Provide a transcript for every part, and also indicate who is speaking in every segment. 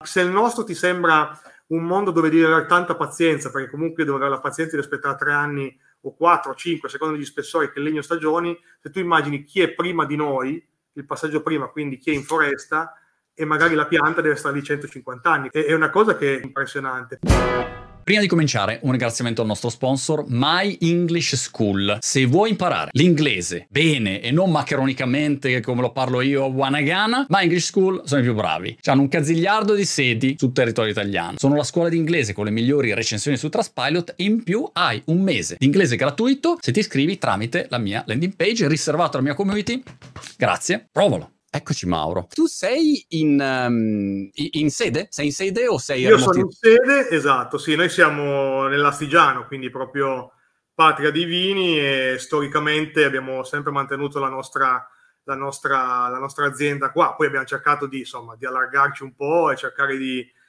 Speaker 1: Se il nostro ti sembra un mondo dove devi avere tanta pazienza, perché comunque devo avere la pazienza di aspettare 3 anni o 4 o 5, secondo gli spessori che il legno stagioni, se tu immagini chi è prima di noi, il passaggio prima, quindi chi è in foresta, e magari la pianta deve stare lì 150 anni. È una cosa che è impressionante.
Speaker 2: Prima di cominciare, un ringraziamento al nostro sponsor My English School. Se vuoi imparare l'inglese bene e non maccheronicamente come lo parlo io a Wanagana, My English School sono i più bravi. Hanno un cazzigliardo di sedi sul territorio italiano. Sono la scuola di inglese con le migliori recensioni su Trustpilot e in più hai un mese di inglese gratuito se ti iscrivi tramite la mia landing page riservato alla mia community. Grazie, provalo. Eccoci Mauro. Tu sei in sede? Sei in sede o sei...
Speaker 1: Io sono in sede, esatto, sì, noi siamo nell'Astigiano, quindi proprio patria di vini, e storicamente abbiamo sempre mantenuto la nostra azienda qua. Poi abbiamo cercato di allargarci un po' e cercare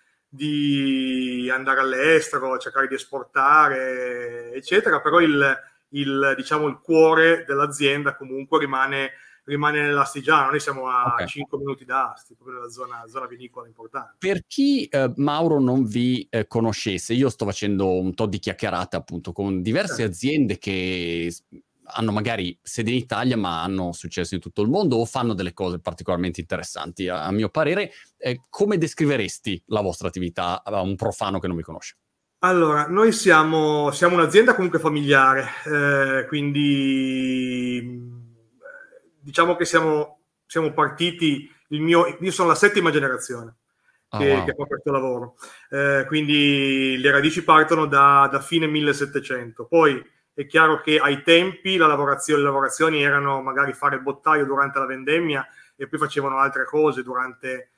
Speaker 1: di andare all'estero, cercare di esportare, eccetera, però diciamo, il cuore dell'azienda comunque rimane nell'Astigiano. Noi siamo a 5 minuti da Asti, proprio nella zona vinicola importante.
Speaker 2: Per chi Mauro non vi conoscesse, io sto facendo un po' di chiacchierata appunto con diverse aziende che hanno magari sede in Italia ma hanno successo in tutto il mondo o fanno delle cose particolarmente interessanti. A mio parere, come descriveresti la vostra attività a un profano che non vi conosce?
Speaker 1: Allora, noi siamo un'azienda comunque familiare, quindi diciamo che siamo partiti, io sono la 7ª generazione che fa questo lavoro, quindi le radici partono da fine 1700. Poi è chiaro che ai tempi le lavorazioni erano magari fare il bottaio durante la vendemmia e poi facevano altre cose durante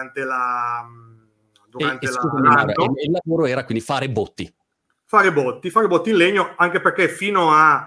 Speaker 1: l'anno.
Speaker 2: Il lavoro era quindi fare botti
Speaker 1: in legno, anche perché fino a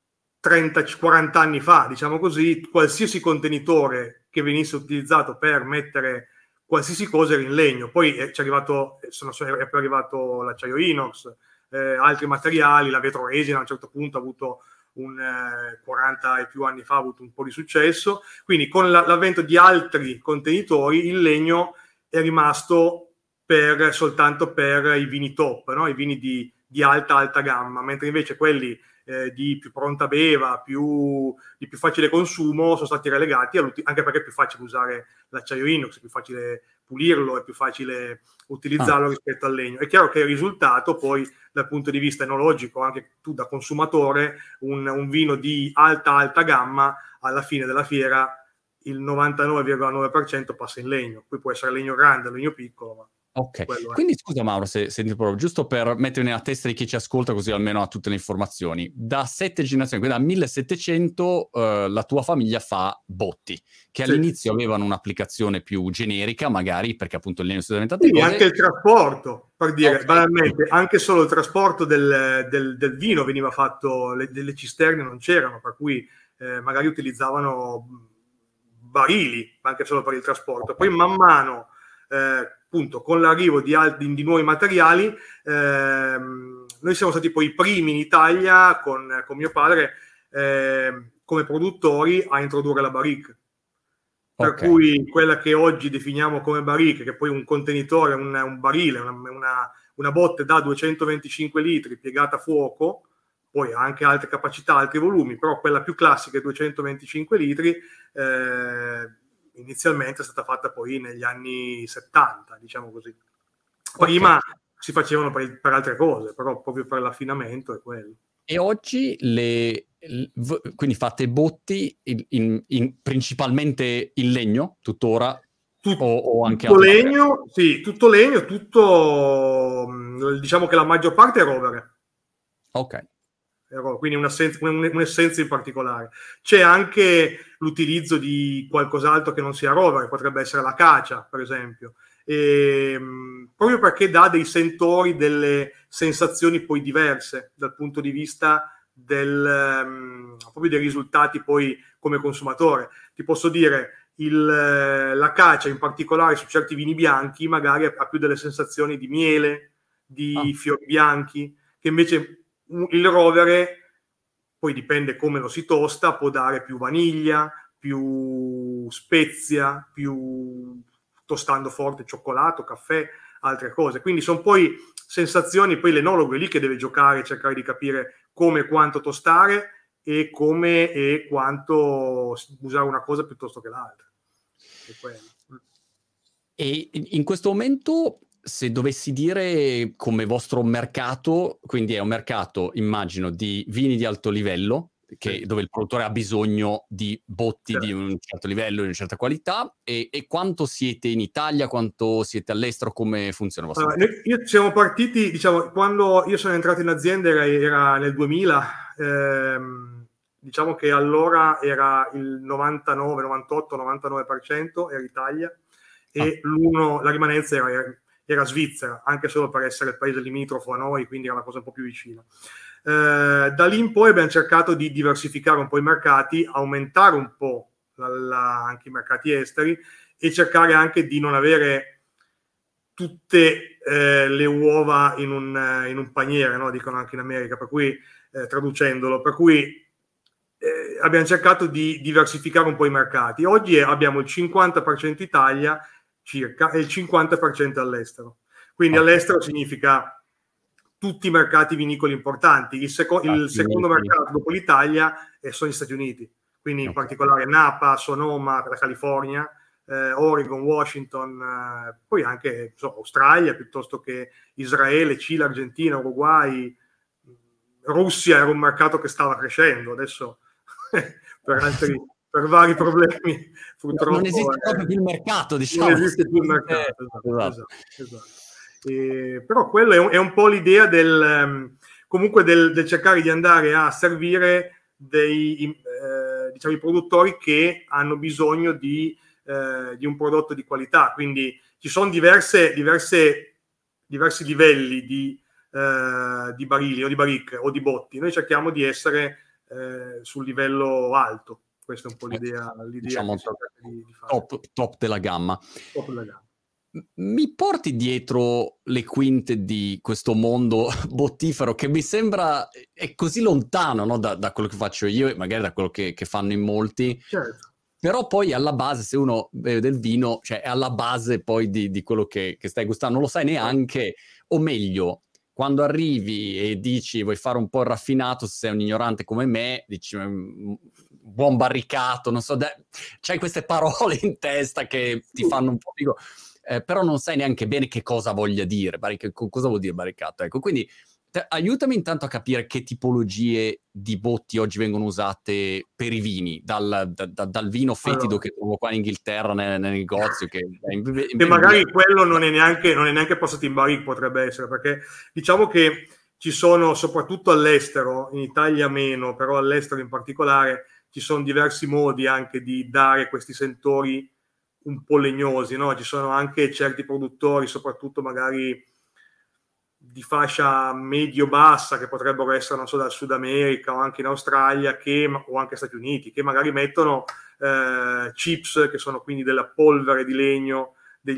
Speaker 1: 30-40 anni fa, diciamo così, qualsiasi contenitore che venisse utilizzato per mettere qualsiasi cosa era in legno. Poi è poi arrivato l'acciaio inox, altri materiali, la vetroresina a un certo punto ha avuto 40 e più anni fa ha avuto un po' di successo. Quindi con l'avvento di altri contenitori il legno è rimasto soltanto per i vini top, no? I vini di alta gamma, mentre invece quelli di più pronta beva, di più facile consumo, sono stati relegati anche perché è più facile usare l'acciaio inox, è più facile pulirlo, è più facile utilizzarlo rispetto al legno. È chiaro che il risultato poi dal punto di vista enologico, anche tu da consumatore, un vino di alta gamma alla fine della fiera il 99,9% passa in legno. Poi può essere legno grande, legno piccolo, ma
Speaker 2: ok. Quindi scusa Mauro, se ti provo, giusto per mettere nella testa di chi ci ascolta, così almeno ha tutte le informazioni. Da 7 generazioni, quindi dal 1700, la tua famiglia fa botti, che all'inizio avevano un'applicazione più generica, magari, perché appunto il legno si è diventato
Speaker 1: cose. Anche il trasporto, per dire, banalmente, anche solo il trasporto del vino veniva fatto, delle cisterne non c'erano, per cui magari utilizzavano barili, anche solo per il trasporto. Poi man mano... appunto con l'arrivo di nuovi materiali, noi siamo stati poi i primi in Italia con mio padre come produttori a introdurre la barrique, per cui quella che oggi definiamo come barrique, che poi un contenitore, un barile, una botte da 225 litri piegata a fuoco, poi ha anche altre capacità, altri volumi, però quella più classica è 225 litri, inizialmente è stata fatta poi negli anni 70, diciamo così. Prima si facevano per altre cose, però proprio per l'affinamento è quello.
Speaker 2: E oggi quindi fate botti principalmente in legno, tuttora? O anche
Speaker 1: tutto legno, sì, tutto legno, diciamo che la maggior parte è rovere.
Speaker 2: Ok.
Speaker 1: Quindi un'essenza in particolare. C'è anche l'utilizzo di qualcos'altro che non sia rovere, potrebbe essere la cacia, per esempio, proprio perché dà dei sentori, delle sensazioni poi diverse dal punto di vista proprio dei risultati poi come consumatore. Ti posso dire, la cacia in particolare su certi vini bianchi magari ha più delle sensazioni di miele, di fiori bianchi, che invece il rovere, poi dipende come lo si tosta, può dare più vaniglia, più spezia, più tostando forte cioccolato, caffè, altre cose. Quindi sono poi sensazioni, poi l'enologo è lì che deve giocare, cercare di capire come e quanto tostare e come e quanto usare una cosa piuttosto che l'altra.
Speaker 2: E in questo momento, se dovessi dire come vostro mercato, quindi è un mercato, immagino, di vini di alto livello, dove il produttore ha bisogno di botti di un certo livello, di una certa qualità, e quanto siete in Italia, quanto siete all'estero, come funziona il vostro mercato?
Speaker 1: Io siamo partiti, diciamo, quando io sono entrato in azienda era nel 2000, diciamo che allora era il 99, 98, 99% era Italia e la rimanenza era Svizzera, anche solo per essere il paese limitrofo a noi, quindi era una cosa un po' più vicina. Da lì in poi abbiamo cercato di diversificare un po' i mercati, aumentare un po' anche i mercati esteri e cercare anche di non avere tutte le uova in un paniere, no? Dicono anche in America, per cui traducendolo, per cui abbiamo cercato di diversificare un po' i mercati. Oggi abbiamo il 50% Italia circa e il 50% all'estero. Quindi all'estero significa tutti i mercati vinicoli importanti. Il secondo mercato dopo l'Italia sono gli Stati Uniti, quindi in particolare Napa, Sonoma, la California, Oregon, Washington, poi anche Australia, piuttosto che Israele, Cile, Argentina, Uruguay, Russia era un mercato che stava crescendo, adesso per vari problemi purtroppo
Speaker 2: non esiste proprio più il mercato, diciamo.
Speaker 1: Non esiste più il mercato, esatto. Però quello è un po' l'idea del cercare di andare a servire diciamo, i produttori che hanno bisogno di un prodotto di qualità. Quindi ci sono diversi livelli di barili o di barrique o di botti. Noi cerchiamo di essere sul livello alto. Questa è un po' l'idea
Speaker 2: diciamo,
Speaker 1: di fare.
Speaker 2: Top della gamma.
Speaker 1: Top della gamma.
Speaker 2: Mi porti dietro le quinte di questo mondo bottifero che mi sembra è così lontano, no? da quello che faccio io e magari da quello che fanno in molti.
Speaker 1: Certo.
Speaker 2: Però poi alla base, se uno beve del vino, cioè è alla base poi di quello che stai gustando, non lo sai neanche, o meglio, quando arrivi e dici vuoi fare un po' il raffinato, se sei un ignorante come me, dici buon barricato, non so, c'hai queste parole in testa che ti fanno un po' figo. Però non sai neanche bene che cosa voglia dire, cosa vuol dire barricato. Ecco, quindi aiutami intanto a capire che tipologie di botti oggi vengono usate per i vini, dal vino fetido che trovo qua in Inghilterra nel negozio. Che
Speaker 1: magari quello non è neanche passato in barrique, potrebbe essere, perché diciamo che ci sono, soprattutto all'estero, in Italia meno, però all'estero in particolare, ci sono diversi modi anche di dare questi sentori un po' legnosi, no? Ci sono anche certi produttori, soprattutto magari di fascia medio-bassa, che potrebbero essere, non so, dal Sud America o anche in Australia, o anche Stati Uniti, che magari mettono chips, che sono quindi della polvere di legno,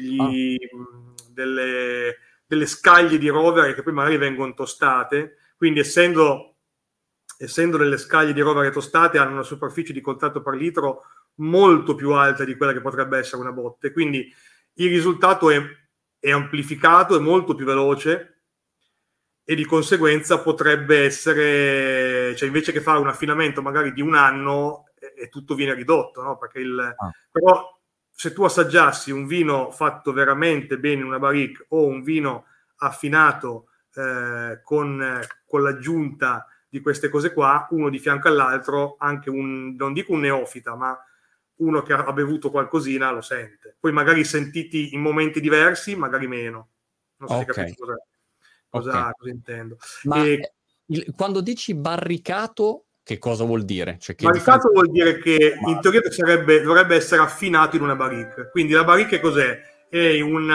Speaker 1: delle scaglie di rovere che poi magari vengono tostate, quindi essendo delle scaglie di rovere tostate hanno una superficie di contatto per litro molto più alta di quella che potrebbe essere una botte, quindi il risultato è amplificato, è molto più veloce e di conseguenza potrebbe essere, cioè invece che fare un affinamento magari di un anno e tutto viene ridotto, no? Perché però se tu assaggiassi un vino fatto veramente bene in una barrique o un vino affinato con l'aggiunta di queste cose qua, uno di fianco all'altro, anche non dico un neofita, ma uno che ha bevuto qualcosina lo sente. Poi magari sentiti in momenti diversi, magari meno. Non so se capisci cosa intendo.
Speaker 2: Ma quando dici barricato, che cosa vuol dire? Cioè,
Speaker 1: barricato vuol dire che in teoria dovrebbe essere affinato in una barrique. Quindi la barrique cos'è? È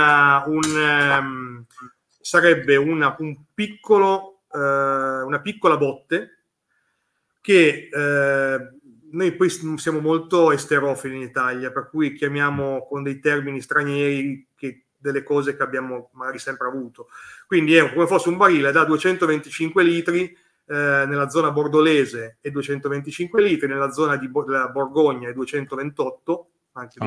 Speaker 1: sarebbe una piccola botte che noi poi siamo molto esterofili in Italia, per cui chiamiamo con dei termini stranieri delle cose che abbiamo magari sempre avuto. Quindi è come fosse un barile da 225 litri nella zona bordolese e 225 litri, nella zona della Borgogna e 228, anche lì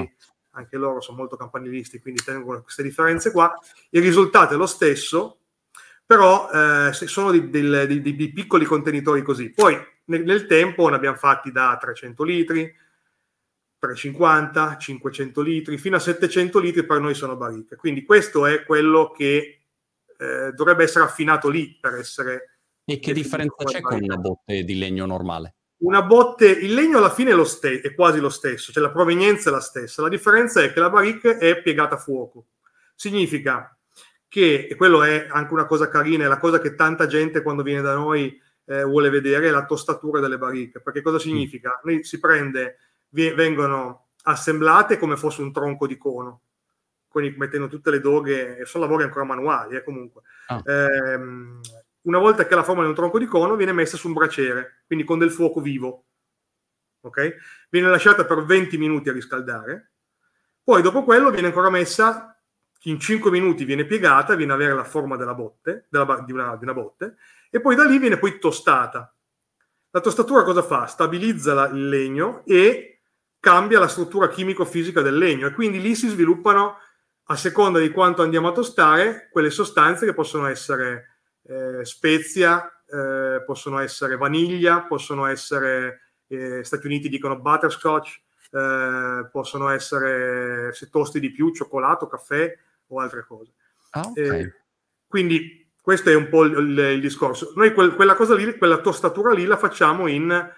Speaker 1: anche loro sono molto campanilisti, quindi tengono queste differenze qua. Il risultato è lo stesso, però sono di piccoli contenitori così. Poi nel tempo ne abbiamo fatti da 300 litri, 350, 500 litri, fino a 700 litri per noi sono baricche. Quindi questo è quello che dovrebbe essere affinato lì per essere...
Speaker 2: E che differenza c'è con una botte di legno normale?
Speaker 1: Una botte, il legno alla fine è quasi lo stesso, cioè la provenienza è la stessa. La differenza è che la baricca è piegata a fuoco. Significa che, e quello è anche una cosa carina, è la cosa che tanta gente quando viene da noi vuole vedere, è la tostatura delle baricche. Perché cosa significa? Noi si prende, vengono assemblate come fosse un tronco di cono, quindi mettendo tutte le doghe, sono lavori ancora manuali comunque. Una volta che la forma di un tronco di cono viene messa su un braciere, quindi con del fuoco vivo, ok? Viene lasciata per 20 minuti a riscaldare, poi dopo quello viene ancora messa, in 5 minuti viene piegata, viene a avere la forma della botte, di una botte, e poi da lì viene poi tostata. La tostatura cosa fa? Stabilizza il legno e cambia la struttura chimico-fisica del legno, e quindi lì si sviluppano, a seconda di quanto andiamo a tostare, quelle sostanze che possono essere spezia, possono essere vaniglia, possono essere, Stati Uniti dicono butterscotch, possono essere, se tosti di più, cioccolato, caffè o altre cose.
Speaker 2: Okay.
Speaker 1: Quindi questo è un po' il discorso. Noi quella cosa lì, quella tostatura lì la facciamo in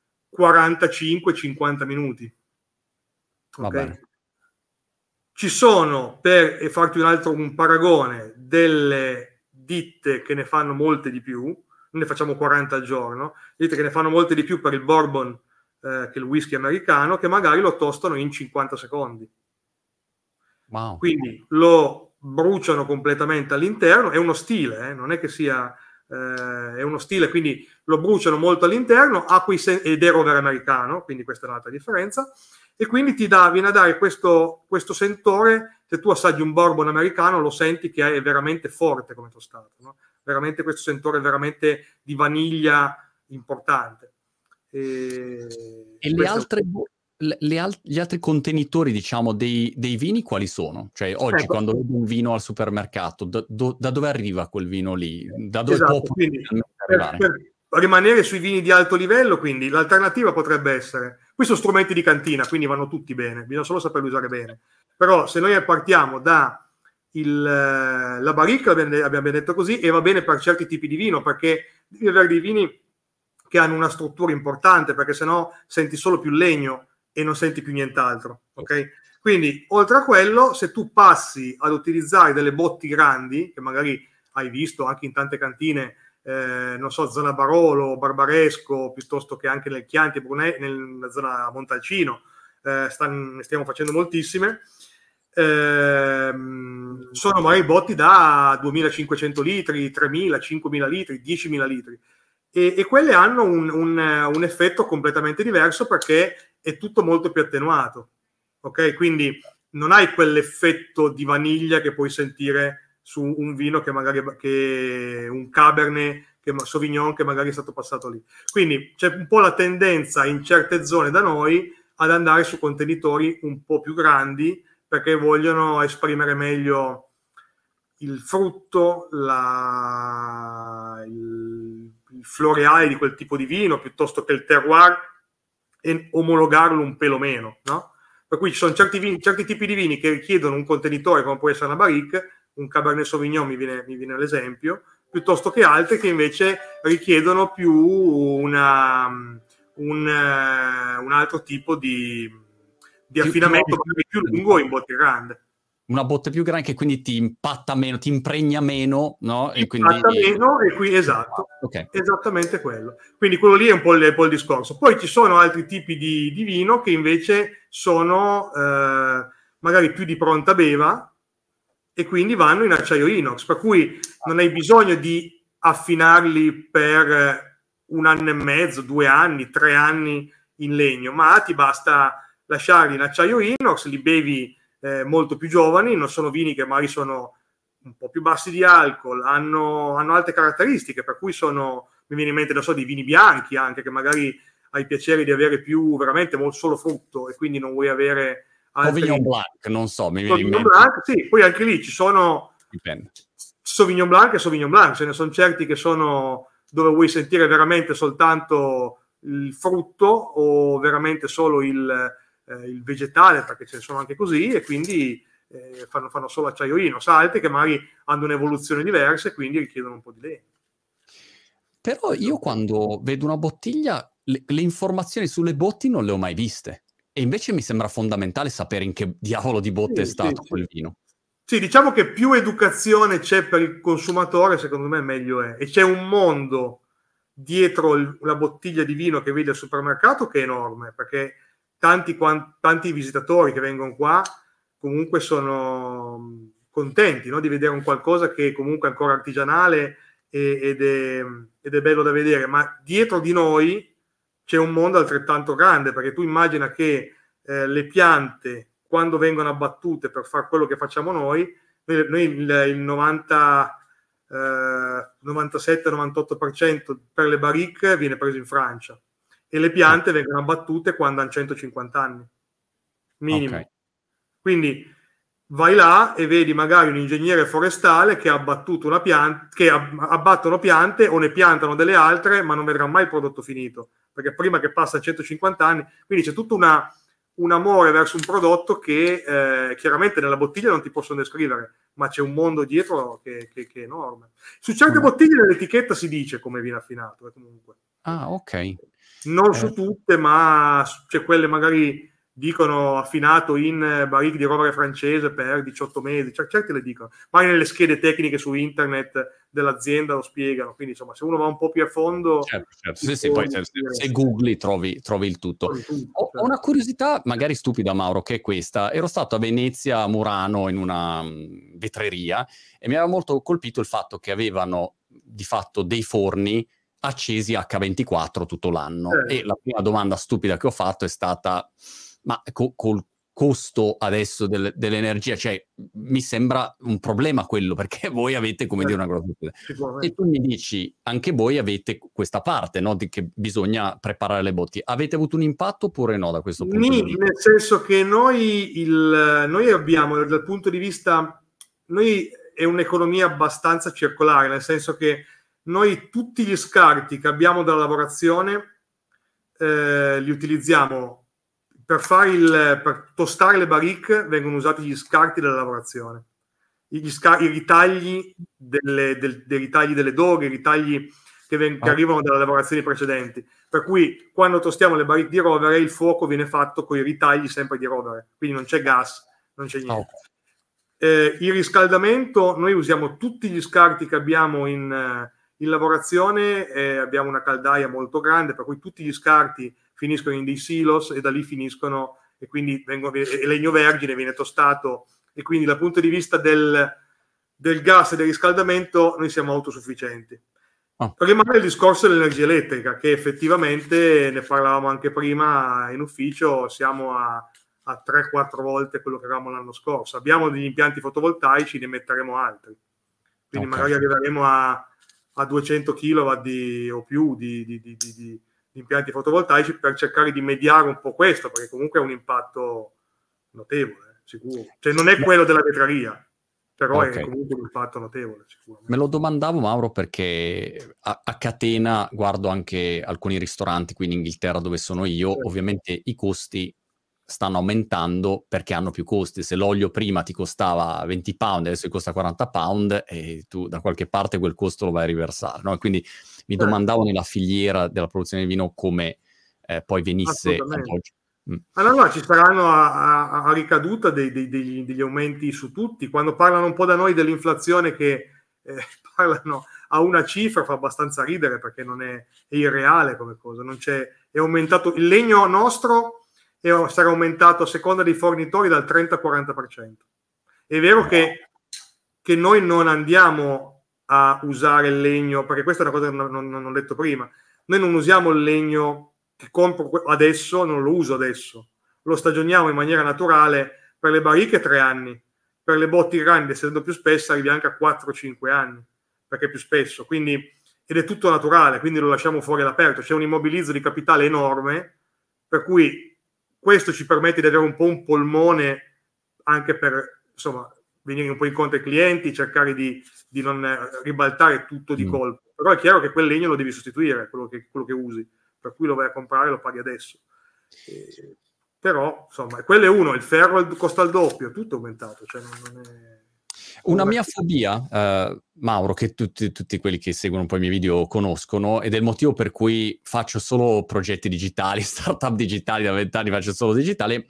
Speaker 1: 45-50 minuti.
Speaker 2: Va bene.
Speaker 1: Ci sono, per farti un paragone, delle ditte che ne fanno molte di più, ne facciamo 40 al giorno, ditte che ne fanno molte di più per il bourbon, che è il whisky americano, che magari lo tostano in 50 secondi.
Speaker 2: Wow.
Speaker 1: Quindi lo bruciano completamente all'interno, è uno stile, non è che sia... è uno stile, quindi lo bruciano molto all'interno, ed è rover americano, quindi questa è un'altra differenza, e quindi viene a dare questo sentore. Se tu assaggi un bourbon americano lo senti che è veramente forte come tostato, no? Veramente questo sentore veramente di vaniglia importante. E
Speaker 2: gli altri contenitori, diciamo, dei vini quali sono? Cioè oggi quando vedo un vino al supermercato, da dove arriva quel vino lì? Da dove può
Speaker 1: arrivare? Per rimanere sui vini di alto livello, quindi l'alternativa potrebbe essere, qui sono strumenti di cantina, quindi vanno tutti bene, bisogna solo saperli usare bene. Però se noi partiamo da la baricca, abbiamo detto così, e va bene per certi tipi di vino, perché devi avere dei vini che hanno una struttura importante, perché sennò senti solo più legno e non senti più nient'altro, ok? Quindi, oltre a quello, se tu passi ad utilizzare delle botti grandi, che magari hai visto anche in tante cantine, non so, zona Barolo, Barbaresco, piuttosto che anche nel Chianti, nella zona Montalcino, ne stiamo facendo moltissime, sono magari botti da 2500 litri, 3000, 5000 litri, 10.000 litri, e quelle hanno un effetto completamente diverso, perché è tutto molto più attenuato, ok? Quindi non hai quell'effetto di vaniglia che puoi sentire su un vino che magari un Cabernet Sauvignon che magari è stato passato lì. Quindi c'è un po' la tendenza in certe zone da noi ad andare su contenitori un po' più grandi, perché vogliono esprimere meglio il frutto, il floreale di quel tipo di vino, piuttosto che il terroir, e omologarlo un pelo meno, no? Per cui ci sono certi tipi di vini che richiedono un contenitore, come può essere una barrique, un Cabernet Sauvignon mi viene l'esempio, piuttosto che altri che invece richiedono più un altro tipo di affinamento più lungo in botte grande.
Speaker 2: Una botte più grande che quindi ti impatta meno, ti impregna meno, no?
Speaker 1: E quindi meno, e qui esatto, okay. Esattamente quello. Quindi quello lì è un po' il discorso. Poi ci sono altri tipi di vino che invece sono magari più di pronta beva, e quindi vanno in acciaio inox, per cui non hai bisogno di affinarli per 1 anno e mezzo, 2 anni, 3 anni in legno, ma ti basta lasciarli in acciaio inox, li bevi molto più giovani, non sono vini che magari sono un po' più bassi di alcol, hanno altre caratteristiche, per cui mi viene in mente, non so, dei vini bianchi anche, che magari hai piacere di avere più veramente solo frutto, e quindi non vuoi avere
Speaker 2: Sauvignon Blanc, non so, mi viene in
Speaker 1: Sauvignon
Speaker 2: mente.
Speaker 1: Blanc, sì, poi anche lì ci sono
Speaker 2: Dipende.
Speaker 1: Sauvignon Blanc e Sauvignon Blanc, ce ne sono certi che sono dove vuoi sentire veramente soltanto il frutto o veramente solo il vegetale, perché ce ne sono anche così, e quindi fanno solo acciaiolino. Altri che magari hanno un'evoluzione diversa e quindi richiedono un po' di legno.
Speaker 2: Però io quando vedo una bottiglia, le informazioni sulle botti non le ho mai viste. E invece mi sembra fondamentale sapere in che diavolo di botte è stato quel vino.
Speaker 1: Sì, diciamo che più educazione c'è per il consumatore, secondo me meglio è. E c'è un mondo dietro la bottiglia di vino che vedi al supermercato che è enorme, perché tanti visitatori che vengono qua comunque sono contenti, no? Di vedere un qualcosa che comunque è ancora artigianale ed è bello da vedere, ma dietro di noi c'è un mondo altrettanto grande, perché tu immagina che le piante, quando vengono abbattute per fare quello che facciamo noi il 97-98% per le barrique viene preso in Francia e le piante vengono abbattute quando hanno 150 anni minimo.
Speaker 2: Okay.
Speaker 1: Quindi vai là e vedi magari un ingegnere forestale che ha abbattuto una pianta, che abbattono piante o ne piantano delle altre, ma non vedrà mai il prodotto finito, perché prima che passa 150 anni, quindi c'è tutto un amore verso un prodotto che chiaramente nella bottiglia non ti possono descrivere, ma c'è un mondo dietro che è enorme. Su certe bottiglie nell'etichetta si dice come viene affinato, comunque.
Speaker 2: Ah, ok.
Speaker 1: Non su tutte, ma c'è quelle magari dicono affinato in barrique di rovere francese per 18 mesi, certi le dicono, ma nelle schede tecniche su internet dell'azienda lo spiegano, quindi insomma se uno va un po' più a fondo
Speaker 2: certo. Sì, poi se googli trovi il tutto. Ho una curiosità magari stupida, Mauro, che è questa. Ero stato a Venezia, a Murano, in una vetreria e mi aveva molto colpito il fatto che avevano di fatto dei forni accesi H24 tutto l'anno. E la prima domanda stupida che ho fatto è stata: ma col costo adesso dell'energia, cioè mi sembra un problema quello, perché voi avete, come dire, una grossa... E tu mi dici, anche voi avete questa parte, no? Di che bisogna preparare le botti. Avete avuto un impatto oppure no da questo punto di vista?
Speaker 1: Nel senso che noi abbiamo, dal punto di vista, noi è un'economia abbastanza circolare, nel senso che noi tutti gli scarti che abbiamo dalla lavorazione li utilizziamo per tostare le barrique, vengono usati gli scarti della lavorazione, i ritagli dei ritagli delle doghe, i ritagli che arrivano dalle lavorazioni precedenti, per cui quando tostiamo le barrique di rovere il fuoco viene fatto con i ritagli sempre di rovere, quindi non c'è gas, non c'è niente. Il riscaldamento, noi usiamo tutti gli scarti che abbiamo in lavorazione, abbiamo una caldaia molto grande, per cui tutti gli scarti finiscono in dei silos e da lì finiscono, e quindi legno vergine viene tostato, e quindi dal punto di vista del gas e del riscaldamento noi siamo autosufficienti. Rimane il discorso dell'energia elettrica, che effettivamente ne parlavamo anche prima in ufficio, siamo a 3-4 volte quello che avevamo l'anno scorso. Abbiamo degli impianti fotovoltaici, ne metteremo altri, quindi magari arriveremo a 200 kW o più di impianti fotovoltaici per cercare di mediare un po' questo, perché comunque è un impatto notevole, sicuro. Cioè non è quello della vetreria, però è comunque un impatto notevole, sicuramente.
Speaker 2: Me lo domandavo, Mauro, perché a catena guardo anche alcuni ristoranti qui in Inghilterra dove sono io, ovviamente i costi stanno aumentando perché hanno più costi. Se l'olio prima ti costava 20 pound, adesso ti costa 40 pound e tu da qualche parte quel costo lo vai a riversare, no? Quindi mi domandavo nella filiera della produzione di vino come poi venisse ad oggi.
Speaker 1: Allora ci saranno a ricaduta degli aumenti su tutti. Quando parlano un po' da noi dell'inflazione, che parlano a una cifra, fa abbastanza ridere, perché non è irreale come cosa. Non c'è, è aumentato il legno nostro, sarà aumentato a seconda dei fornitori dal 30-40%. È vero che noi non andiamo a usare il legno, perché questa è una cosa che non ho detto prima. Noi non usiamo il legno che compro adesso, non lo uso adesso, lo stagioniamo in maniera naturale. Per le barriche 3 anni, per le botti grandi, essendo più spesse, arrivi anche a 4-5 anni, perché è più spesso, quindi, ed è tutto naturale, quindi lo lasciamo fuori all'aperto. C'è un immobilizzo di capitale enorme, per cui questo ci permette di avere un po' un polmone anche per, insomma, venire un po' incontro ai clienti, cercare di non ribaltare tutto di colpo. Però è chiaro che quel legno lo devi sostituire, quello che usi, per cui lo vai a comprare e lo paghi adesso. Però, insomma, quello è uno, il ferro costa il doppio, tutto è aumentato. Cioè non è...
Speaker 2: Una mia fobia, Mauro, che tutti quelli che seguono un po' i miei video conoscono, ed è il motivo per cui faccio solo progetti digitali, startup digitali, da 20 anni faccio solo digitale,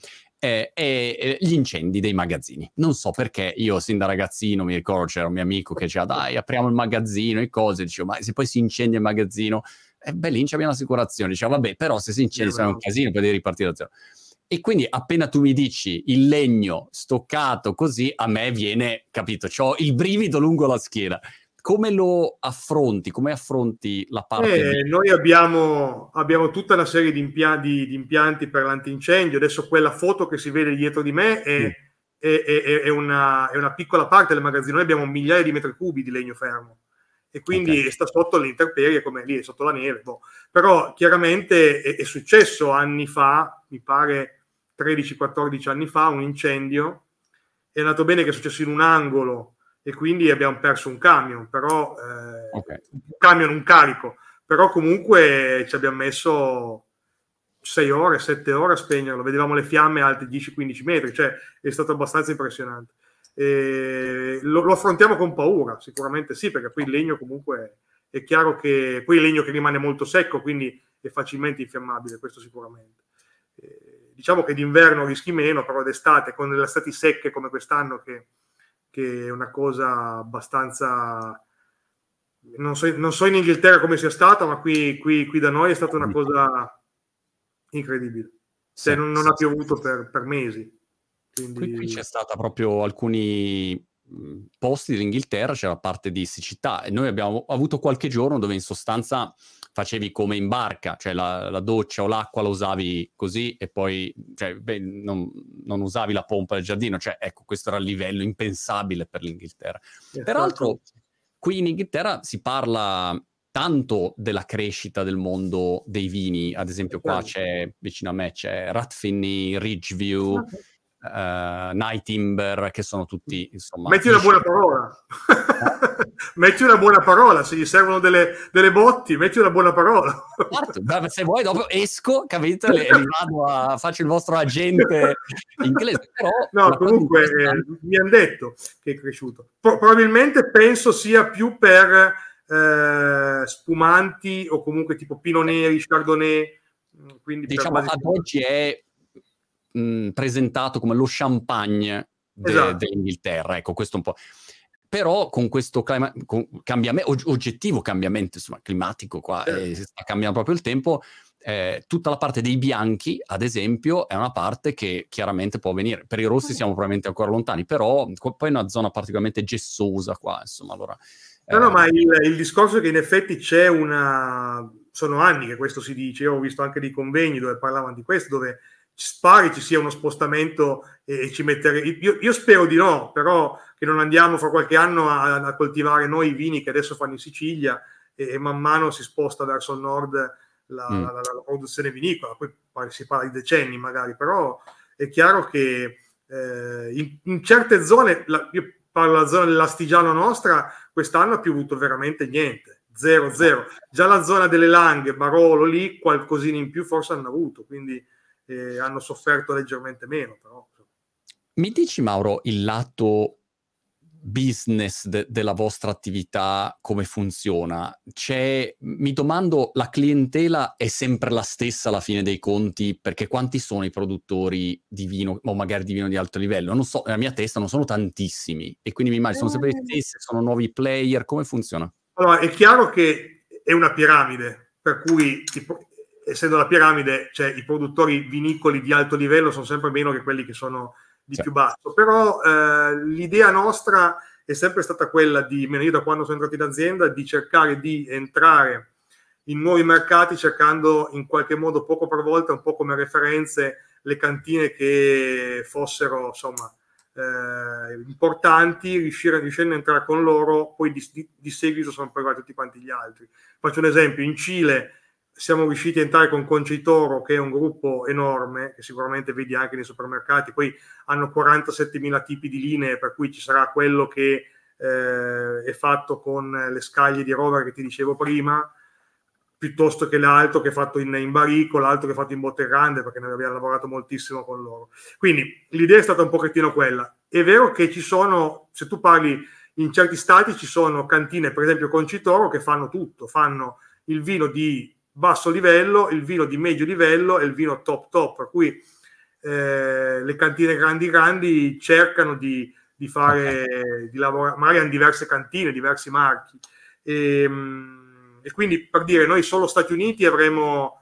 Speaker 2: è gli incendi dei magazzini. Non so perché, io sin da ragazzino mi ricordo c'era un mio amico che diceva dai apriamo il magazzino e cose, dicevo ma se poi si incendia il magazzino, beh lì abbiamo l'assicurazione, diceva vabbè però se si incendia sarà un casino, poi devi ripartire da zero. E quindi appena tu mi dici il legno stoccato così, a me viene, capito, c'ho il brivido lungo la schiena. Come lo affronti? Come affronti la parte
Speaker 1: Noi abbiamo tutta una serie di impianti per l'antincendio. Adesso quella foto che si vede dietro di me è una piccola parte del magazzino. Noi abbiamo migliaia di metri cubi di legno fermo e quindi sta sotto le intemperie, come lì è sotto la neve. Però chiaramente è successo anni fa, mi pare 13-14 anni fa, un incendio. È andato bene che è successo in un angolo e quindi abbiamo perso un camion, però un camion, un carico, però comunque ci abbiamo messo 6 ore, 7 ore a spegnerlo, vedevamo le fiamme alte 10-15 metri, cioè è stato abbastanza impressionante. Lo affrontiamo con paura, sicuramente sì, perché poi il legno comunque è chiaro che poi il legno che rimane molto secco, quindi è facilmente infiammabile, questo sicuramente. Diciamo che d'inverno rischi meno, però d'estate, con le estati secche come quest'anno, che è una cosa abbastanza... Non so in Inghilterra come sia stata, ma qui da noi è stata una cosa incredibile. Cioè, non ha piovuto per mesi. Quindi...
Speaker 2: Qui c'è stata proprio alcuni posti dell'Inghilterra, c'era parte di siccità e noi abbiamo avuto qualche giorno dove in sostanza facevi come in barca, cioè la doccia o l'acqua la usavi così e poi non usavi la pompa del giardino, cioè ecco questo era il livello impensabile per l'Inghilterra. Peraltro qui in Inghilterra si parla tanto della crescita del mondo dei vini, ad esempio qua c'è vicino a me c'è Rathfinney, Ridgeview, Night Timber, che sono tutti insomma
Speaker 1: metti una buona parola metti una buona parola, se gli servono delle botti metti una buona parola.
Speaker 2: Certo, se vuoi dopo esco, capito, e vado faccio il vostro agente inglese, però
Speaker 1: no, comunque mi hanno detto che è cresciuto, probabilmente penso sia più per spumanti o comunque tipo Pinot Neri, Chardonnay, quindi
Speaker 2: diciamo ad oggi è presentato come lo champagne dell'Inghilterra, ecco questo un po'. Però con questo oggettivo cambiamento insomma, climatico qua, si sta cambiando proprio il tempo, tutta la parte dei bianchi, ad esempio, è una parte che chiaramente può venire. Per i rossi siamo probabilmente ancora lontani, però poi è una zona particolarmente gessosa qua, insomma, allora...
Speaker 1: No, ma il discorso è che in effetti c'è sono anni che questo si dice, io ho visto anche dei convegni dove parlavano di questo, dove spari ci sia uno spostamento e ci mettere... Io spero di no, però che non andiamo fra qualche anno a coltivare noi i vini che adesso fanno in Sicilia e man mano si sposta verso il nord la produzione vinicola, poi si parla di decenni magari, però è chiaro che in certe zone, io parlo della zona dell'Astigiano nostra, quest'anno ha piovuto veramente niente, 0. Già la zona delle Langhe, Barolo, lì qualcosina in più forse hanno avuto, quindi hanno sofferto leggermente meno. Però.
Speaker 2: Mi dici, Mauro, il lato business della vostra attività come funziona? Mi domando, la clientela è sempre la stessa alla fine dei conti? Perché quanti sono i produttori di vino o magari di vino di alto livello? Non so, nella mia testa non sono tantissimi e quindi mi immagino sono sempre gli stessi, sono nuovi player, come funziona?
Speaker 1: Allora, è chiaro che è una piramide, per cui essendo la piramide, cioè i produttori vinicoli di alto livello sono sempre meno che quelli che sono di più basso, però l'idea nostra è sempre stata quella io da quando sono entrato in azienda, di cercare di entrare in nuovi mercati cercando in qualche modo poco per volta, un po' come referenze, le cantine che fossero insomma importanti, riuscendo a entrare con loro, poi di seguito sono poi tutti quanti gli altri. Faccio un esempio, in Cile siamo riusciti a entrare con Concitoro, che è un gruppo enorme, che sicuramente vedi anche nei supermercati, poi hanno 47.000 tipi di linee, per cui ci sarà quello che è fatto con le scaglie di rover che ti dicevo prima, piuttosto che l'altro che è fatto in baricco, l'altro che è fatto in botte grande, perché noi abbiamo lavorato moltissimo con loro. Quindi l'idea è stata un pochettino quella. È vero che ci sono, se tu parli in certi stati, ci sono cantine, per esempio Concitoro, che fanno tutto, fanno il vino di basso livello, il vino di medio livello e il vino top, per cui le cantine grandi cercano di fare, di lavorare, magari hanno diverse cantine, diversi marchi, e quindi, per dire, noi solo Stati Uniti avremo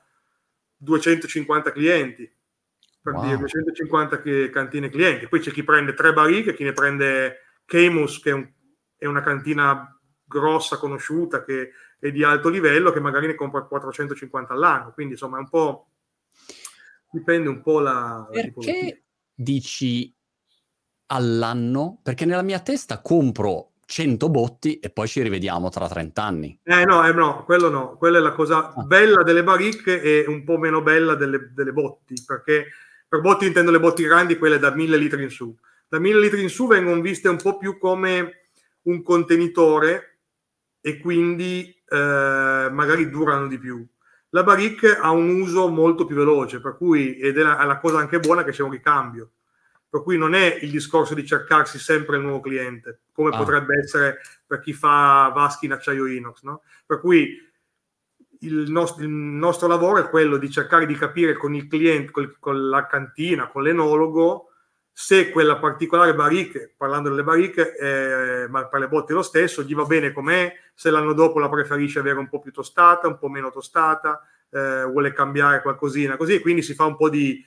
Speaker 1: 250 clienti, per dire 250 cantine clienti. Poi c'è chi prende 3 barriche, chi ne prende Caymus, che è una cantina grossa, conosciuta, che è di alto livello, che magari ne compra 450 all'anno. Quindi insomma è un po', dipende un po' la tipologia.
Speaker 2: Perché dici all'anno? Perché nella mia testa compro 100 botti e poi ci rivediamo tra 30 anni.
Speaker 1: No, quello no. Quella è la cosa bella delle baricche e un po' meno bella delle botti, perché per botti intendo le botti grandi, quelle da 1000 litri in su. Da 1000 litri in su vengono viste un po' più come un contenitore e quindi magari durano di più. La baricca ha un uso molto più veloce, per cui, ed è la cosa anche buona, che c'è un ricambio. Per cui non è il discorso di cercarsi sempre il nuovo cliente, come potrebbe essere per chi fa vaschi in acciaio inox, no? Per cui il nostro lavoro è quello di cercare di capire con il cliente, con la cantina, con l'enologo, se quella particolare baricca, parlando delle baricche, ma per le botti lo stesso, gli va bene com'è, se l'anno dopo la preferisce avere un po' più tostata, un po' meno tostata, vuole cambiare qualcosina, così, quindi si fa un po' di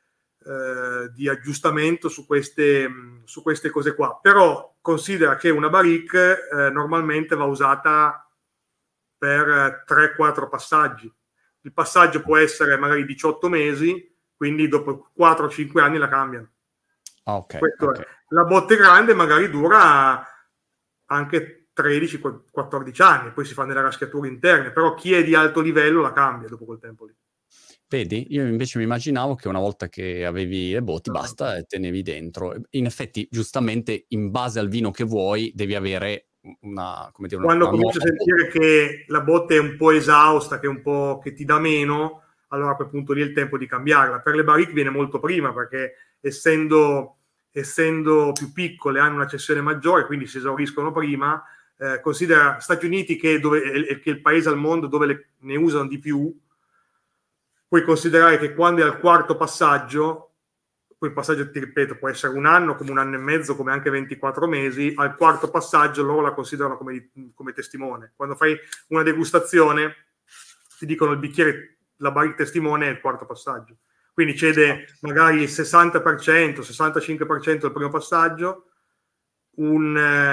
Speaker 1: aggiustamento su queste cose qua. Però considera che una barrique normalmente va usata per 3-4 passaggi. Il passaggio può essere magari 18 mesi, quindi dopo 4-5 anni la cambiano.
Speaker 2: Okay.
Speaker 1: La botte grande magari dura anche 13-14 anni, poi si fanno delle raschiature interne, però chi è di alto livello la cambia dopo quel tempo lì.
Speaker 2: Vedi? Io invece mi immaginavo che una volta che avevi le botti, basta, e tenevi dentro. In effetti, giustamente, in base al vino che vuoi, devi avere
Speaker 1: quando cominci a sentire che la botte è un po' esausta, che ti dà meno, allora a quel punto lì è il tempo di cambiarla. Per le barrique viene molto prima, perché essendo più piccole hanno una cessione maggiore, quindi si esauriscono prima. Considera Stati Uniti, che è il paese al mondo dove ne usano di più. Puoi considerare che quando è al quarto passaggio, poi il passaggio, ti ripeto, può essere un anno, come un anno e mezzo, come anche 24 mesi, al quarto passaggio loro la considerano come testimone. Quando fai una degustazione ti dicono il bicchiere, la barrique testimone è il quarto passaggio. Quindi cede magari il 60%, 65% il primo passaggio, un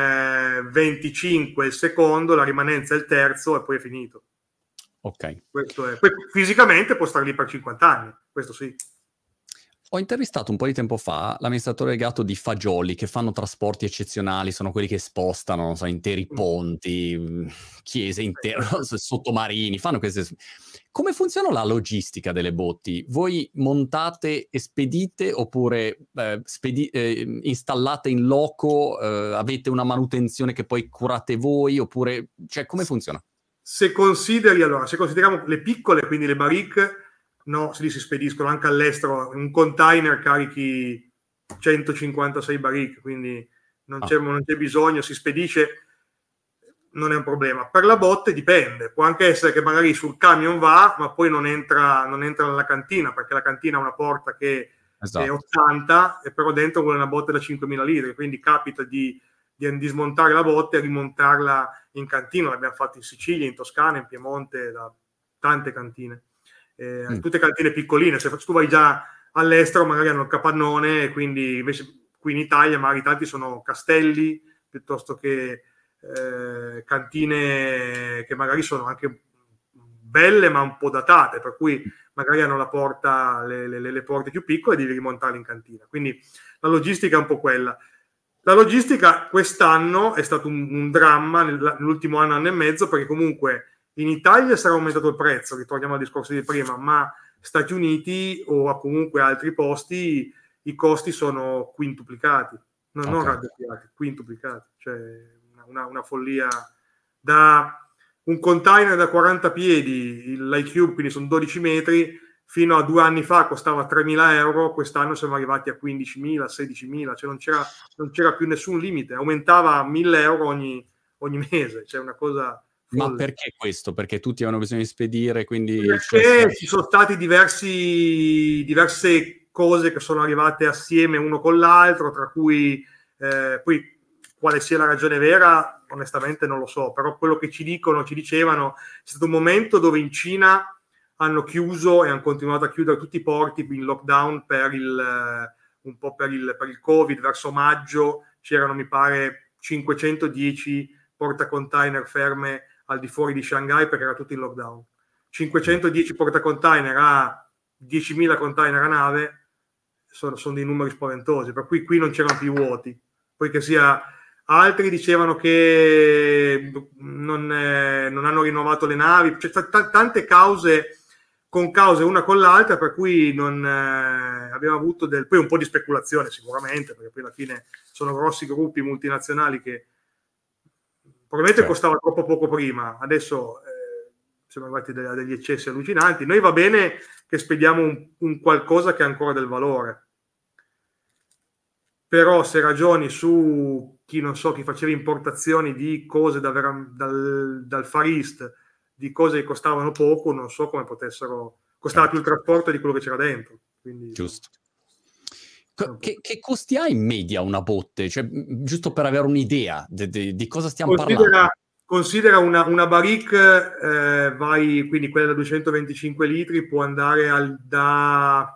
Speaker 1: 25% il secondo, la rimanenza è il terzo e poi è finito.
Speaker 2: Ok.
Speaker 1: Questo è. Poi fisicamente può stare lì per 50 anni, questo sì.
Speaker 2: Ho intervistato un po' di tempo fa l'amministratore delegato di Fagioli, che fanno trasporti eccezionali, sono quelli che spostano, non so, interi ponti, chiese intere, sottomarini, fanno queste... Come funziona la logistica delle botti? Voi montate e spedite, oppure installate in loco, avete una manutenzione che poi curate voi, oppure... Cioè, come funziona?
Speaker 1: Se consideriamo le piccole, quindi le barrique, no, si spediscono anche all'estero. Un container carichi 156 barrique, quindi non c'è bisogno, si spedisce, non è un problema. Per la botte dipende, può anche essere che magari sul camion va, ma poi non entra nella cantina, perché la cantina ha una porta che è 80, e però dentro vuole una botte da 5.000 litri, quindi capita di smontare la botte e rimontarla in cantina. L'abbiamo fatto in Sicilia, in Toscana, in Piemonte, da tante cantine, tutte cantine piccoline. Se tu vai già all'estero magari hanno il capannone, e quindi invece qui in Italia magari tanti sono castelli, piuttosto che cantine che magari sono anche belle ma un po' datate, per cui magari hanno la porta, le porte più piccole, e devi rimontarle in cantina. Quindi la logistica è un po' quella. La logistica quest'anno è stato un dramma, nell'ultimo anno e mezzo, perché comunque In Italia sarà aumentato il prezzo, ritorniamo al discorso di prima, ma Stati Uniti o comunque altri posti i costi sono quintuplicati, non raddoppiati, quintuplicati, cioè una follia. Da un container da 40 piedi, l'iCube, quindi sono 12 metri, fino a 2 anni fa costava 3.000 euro, quest'anno siamo arrivati a 15.000, 16.000, cioè non c'era più nessun limite, aumentava a 1.000 euro ogni mese, cioè una cosa folle.
Speaker 2: Ma perché questo? Perché tutti avevano bisogno di spedire, quindi...
Speaker 1: Perché ci sono stati diverse cose che sono arrivate assieme uno con l'altro, tra cui poi quale sia la ragione vera, onestamente non lo so, però quello che ci dicevano, è stato un momento dove in Cina hanno chiuso e hanno continuato a chiudere tutti i porti in lockdown un po' per il Covid, verso maggio c'erano, mi pare, 510 portacontainer ferme al di fuori di Shanghai perché era tutto in lockdown. 510 portacontainer a 10.000 container a nave sono dei numeri spaventosi, per cui qui non c'erano più vuoti. Poi che sia, altri dicevano che non hanno rinnovato le navi, c'è tante cause, con cause una con l'altra, per cui non abbiamo avuto poi un po' di speculazione sicuramente, perché poi alla fine sono grossi gruppi multinazionali che probabilmente costava troppo poco prima, adesso siamo arrivati degli eccessi allucinanti. Noi va bene che spediamo un qualcosa che ha ancora del valore, però se ragioni su chi faceva importazioni di cose dal Far East, di cose che costavano poco, non so come costava più il trasporto di quello che c'era dentro. Quindi,
Speaker 2: giusto. Che costi ha in media una botte? Cioè, giusto per avere un'idea di cosa stiamo parlando.
Speaker 1: Considera una barrique, quindi quella da 225 litri, può andare da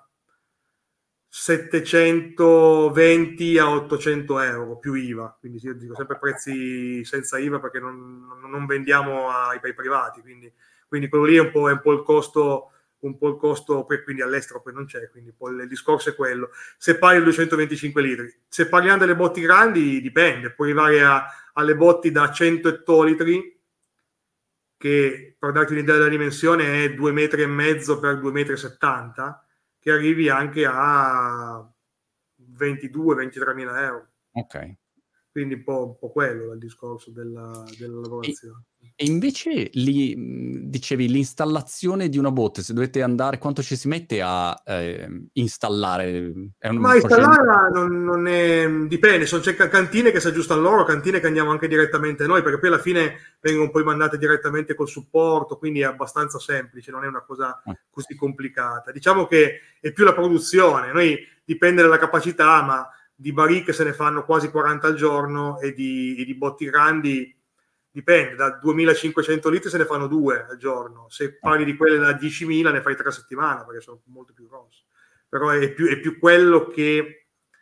Speaker 1: 720 a 800 euro più IVA, quindi io dico sempre prezzi senza IVA perché non vendiamo ai privati, quindi quello lì è un po' il costo, quindi all'estero poi non c'è, quindi poi il discorso è quello. Se parli di 225 litri, se parliamo delle botti grandi dipende, puoi arrivare alle botti da 100 ettolitri, che per darti un'idea della dimensione è 2,5 metri per 2,70 metri, che arrivi anche a 22-23 mila euro.
Speaker 2: Ok.
Speaker 1: Quindi un po' quello il discorso della lavorazione.
Speaker 2: E invece dicevi l'installazione di una botte, se dovete andare, quanto ci si mette a installare?
Speaker 1: Ma installarla non è, dipende, c'è cantine che si aggiustano loro, cantine che andiamo anche direttamente noi, perché poi alla fine vengono poi mandate direttamente col supporto, quindi è abbastanza semplice, non è una cosa così complicata. Diciamo che è più la produzione, noi dipende dalla capacità, ma di baricche se ne fanno quasi 40 al giorno e di botti grandi dipende, da 2.500 litri se ne fanno 2 al giorno, se parli di quelle da 10.000 ne fai 3 a settimana perché sono molto più grosse, però è più quello che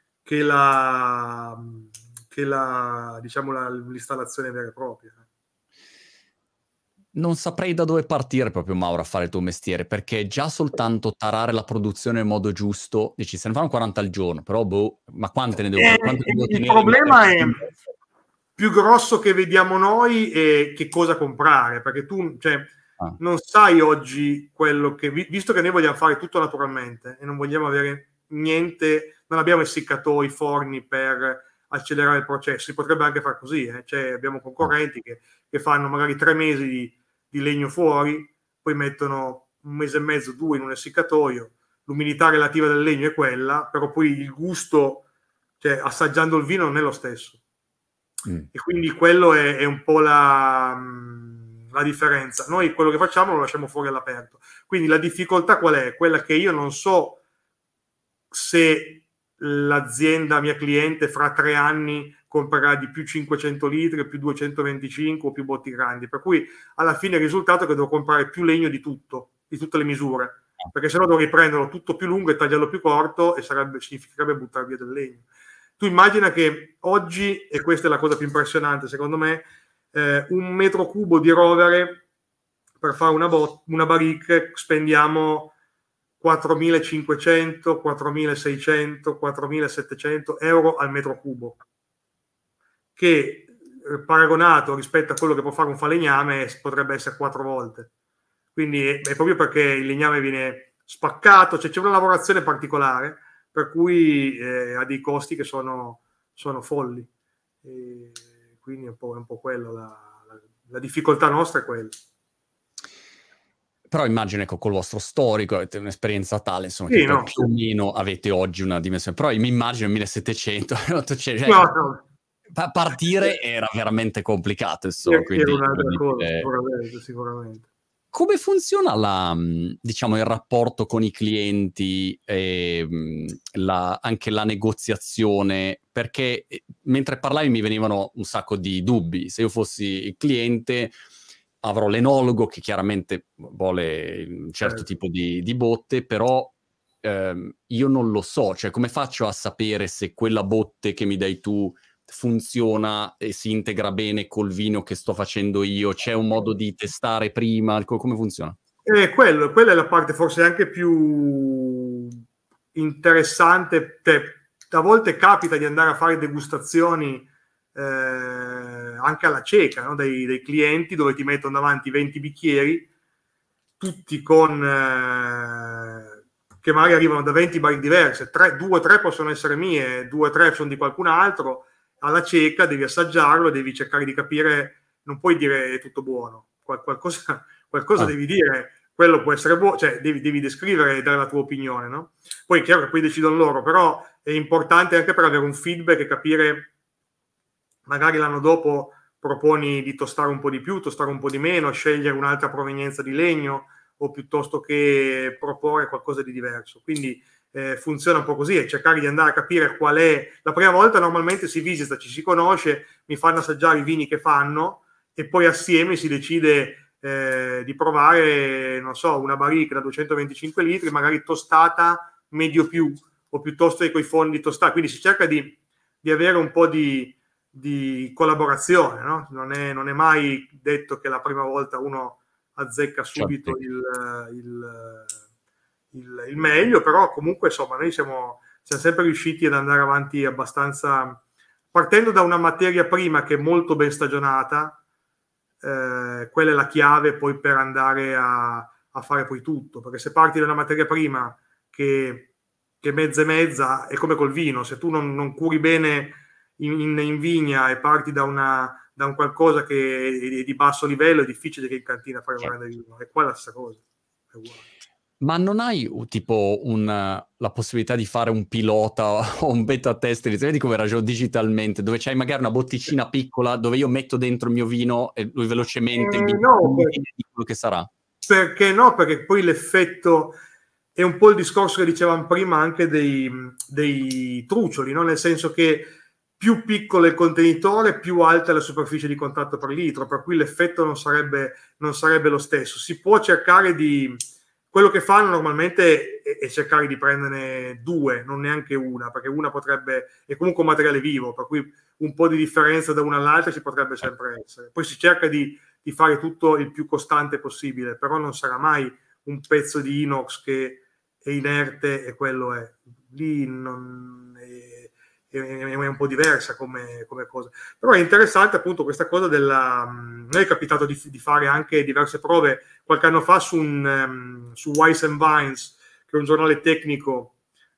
Speaker 1: diciamo l'installazione vera e propria.
Speaker 2: Non saprei da dove partire proprio, Mauro, a fare il tuo mestiere, perché già soltanto tarare la produzione in modo giusto, dici, se ne fanno 40 al giorno, però ma quante ne devo tenere?
Speaker 1: Il problema è più grosso che vediamo noi e che cosa comprare, perché tu non sai oggi quello che, visto che noi vogliamo fare tutto naturalmente e non vogliamo avere niente, non abbiamo essiccatori, forni per accelerare il processo, si potrebbe anche fare così, cioè abbiamo concorrenti che fanno magari 3 mesi di legno fuori, poi mettono 1 mese e mezzo, 2 in un essiccatoio, l'umidità relativa del legno è quella, però poi il gusto, cioè assaggiando il vino non è lo stesso. E quindi quello è un po' la differenza. Noi quello che facciamo lo lasciamo fuori all'aperto. Quindi la difficoltà qual è? Quella che io non so se l'azienda mia cliente fra 3 anni comprerà di più 500 litri, più 225 o più botti grandi, per cui alla fine il risultato è che devo comprare più legno di tutte le misure, perché sennò dovrei prenderlo tutto più lungo e tagliarlo più corto e significherebbe buttare via del legno. Tu immagina che oggi, e questa è la cosa più impressionante secondo me, 1 metro cubo di rovere per fare una barrique spendiamo 4.500, 4.600, 4.700 euro al metro cubo, che paragonato rispetto a quello che può fare un falegname potrebbe essere 4 volte. Quindi è proprio perché il legname viene spaccato, cioè c'è una lavorazione particolare, per cui ha dei costi che sono folli. E quindi è un po' quello, la difficoltà nostra è quella.
Speaker 2: Però immagino, ecco, col vostro storico avete un'esperienza tale, insomma,
Speaker 1: Sì,
Speaker 2: che poi
Speaker 1: no,
Speaker 2: più o meno avete oggi una dimensione. Però mi immagino 1700, 800, cioè,
Speaker 1: no.
Speaker 2: partire era veramente complicato, insomma,
Speaker 1: Era
Speaker 2: quindi
Speaker 1: un'altra
Speaker 2: voglio
Speaker 1: cosa,
Speaker 2: dire,
Speaker 1: sicuramente.
Speaker 2: come funziona diciamo, il rapporto con i clienti e anche la negoziazione? Perché mentre parlavi mi venivano un sacco di dubbi. Se io fossi il cliente avrò l'enologo che chiaramente vuole un certo tipo di botte, però io non lo so. Cioè, come faccio a sapere se quella botte che mi dai tu funziona e si integra bene col vino che sto facendo io? C'è un modo di testare prima? Come funziona?
Speaker 1: Quella è la parte forse anche più interessante. A volte capita di andare a fare degustazioni anche alla cieca, no? dei clienti, dove ti mettono davanti 20 bicchieri, tutti con che magari arrivano da 20 barrique diverse, 2 o 3 possono essere mie, 2 o 3 sono di qualcun altro. Alla cieca devi assaggiarlo, devi cercare di capire, non puoi dire è tutto buono, qualcosa devi dire, quello può essere buono, cioè devi descrivere e dare la tua opinione, no? Poi è chiaro che poi decidono loro, però è importante anche per avere un feedback e capire, magari l'anno dopo proponi di tostare un po' di più, tostare un po' di meno, scegliere un'altra provenienza di legno, o piuttosto che proporre qualcosa di diverso. Quindi funziona un po' così, è cercare di andare a capire qual è. La prima volta normalmente si visita, ci si conosce, mi fanno assaggiare i vini che fanno e poi assieme si decide di provare, non so, una barrique da 225 litri, magari tostata medio più, o piuttosto che coi fondi tostati. Quindi si cerca di avere un po' di collaborazione, no? Non è mai detto che la prima volta uno azzecca subito il meglio, però comunque insomma noi siamo sempre riusciti ad andare avanti abbastanza, partendo da una materia prima che è molto ben stagionata. Quella è la chiave poi per andare a fare poi tutto, perché se parti da una materia prima che mezza e mezza, è come col vino, se tu non curi bene in vigna e parti da un qualcosa che è di basso livello, è difficile che in cantina fai un grande vino. E qua è la stessa cosa, è uguale.
Speaker 2: Ma non hai tipo la possibilità di fare un pilota o un beta test, vedi come ragiono digitalmente, dove c'hai magari una botticina piccola dove io metto dentro il mio vino e lui velocemente mi dice quello che sarà?
Speaker 1: Perché no? Perché poi l'effetto è un po' il discorso che dicevamo prima anche dei trucioli, no? Nel senso che più piccolo è il contenitore, più alta è la superficie di contatto per litro, per cui l'effetto non sarebbe lo stesso. Si può cercare di... Quello che fanno normalmente è cercare di prenderne 2, non neanche una, perché una potrebbe... è comunque un materiale vivo, per cui un po' di differenza da una all'altra ci potrebbe sempre essere. Poi si cerca di fare tutto il più costante possibile, però non sarà mai un pezzo di inox che è inerte e quello è. Lì è un po' diversa come cosa. Però è interessante appunto questa cosa della... Noi è capitato di fare anche diverse prove qualche anno fa su Wines and Vines, che è un giornale tecnico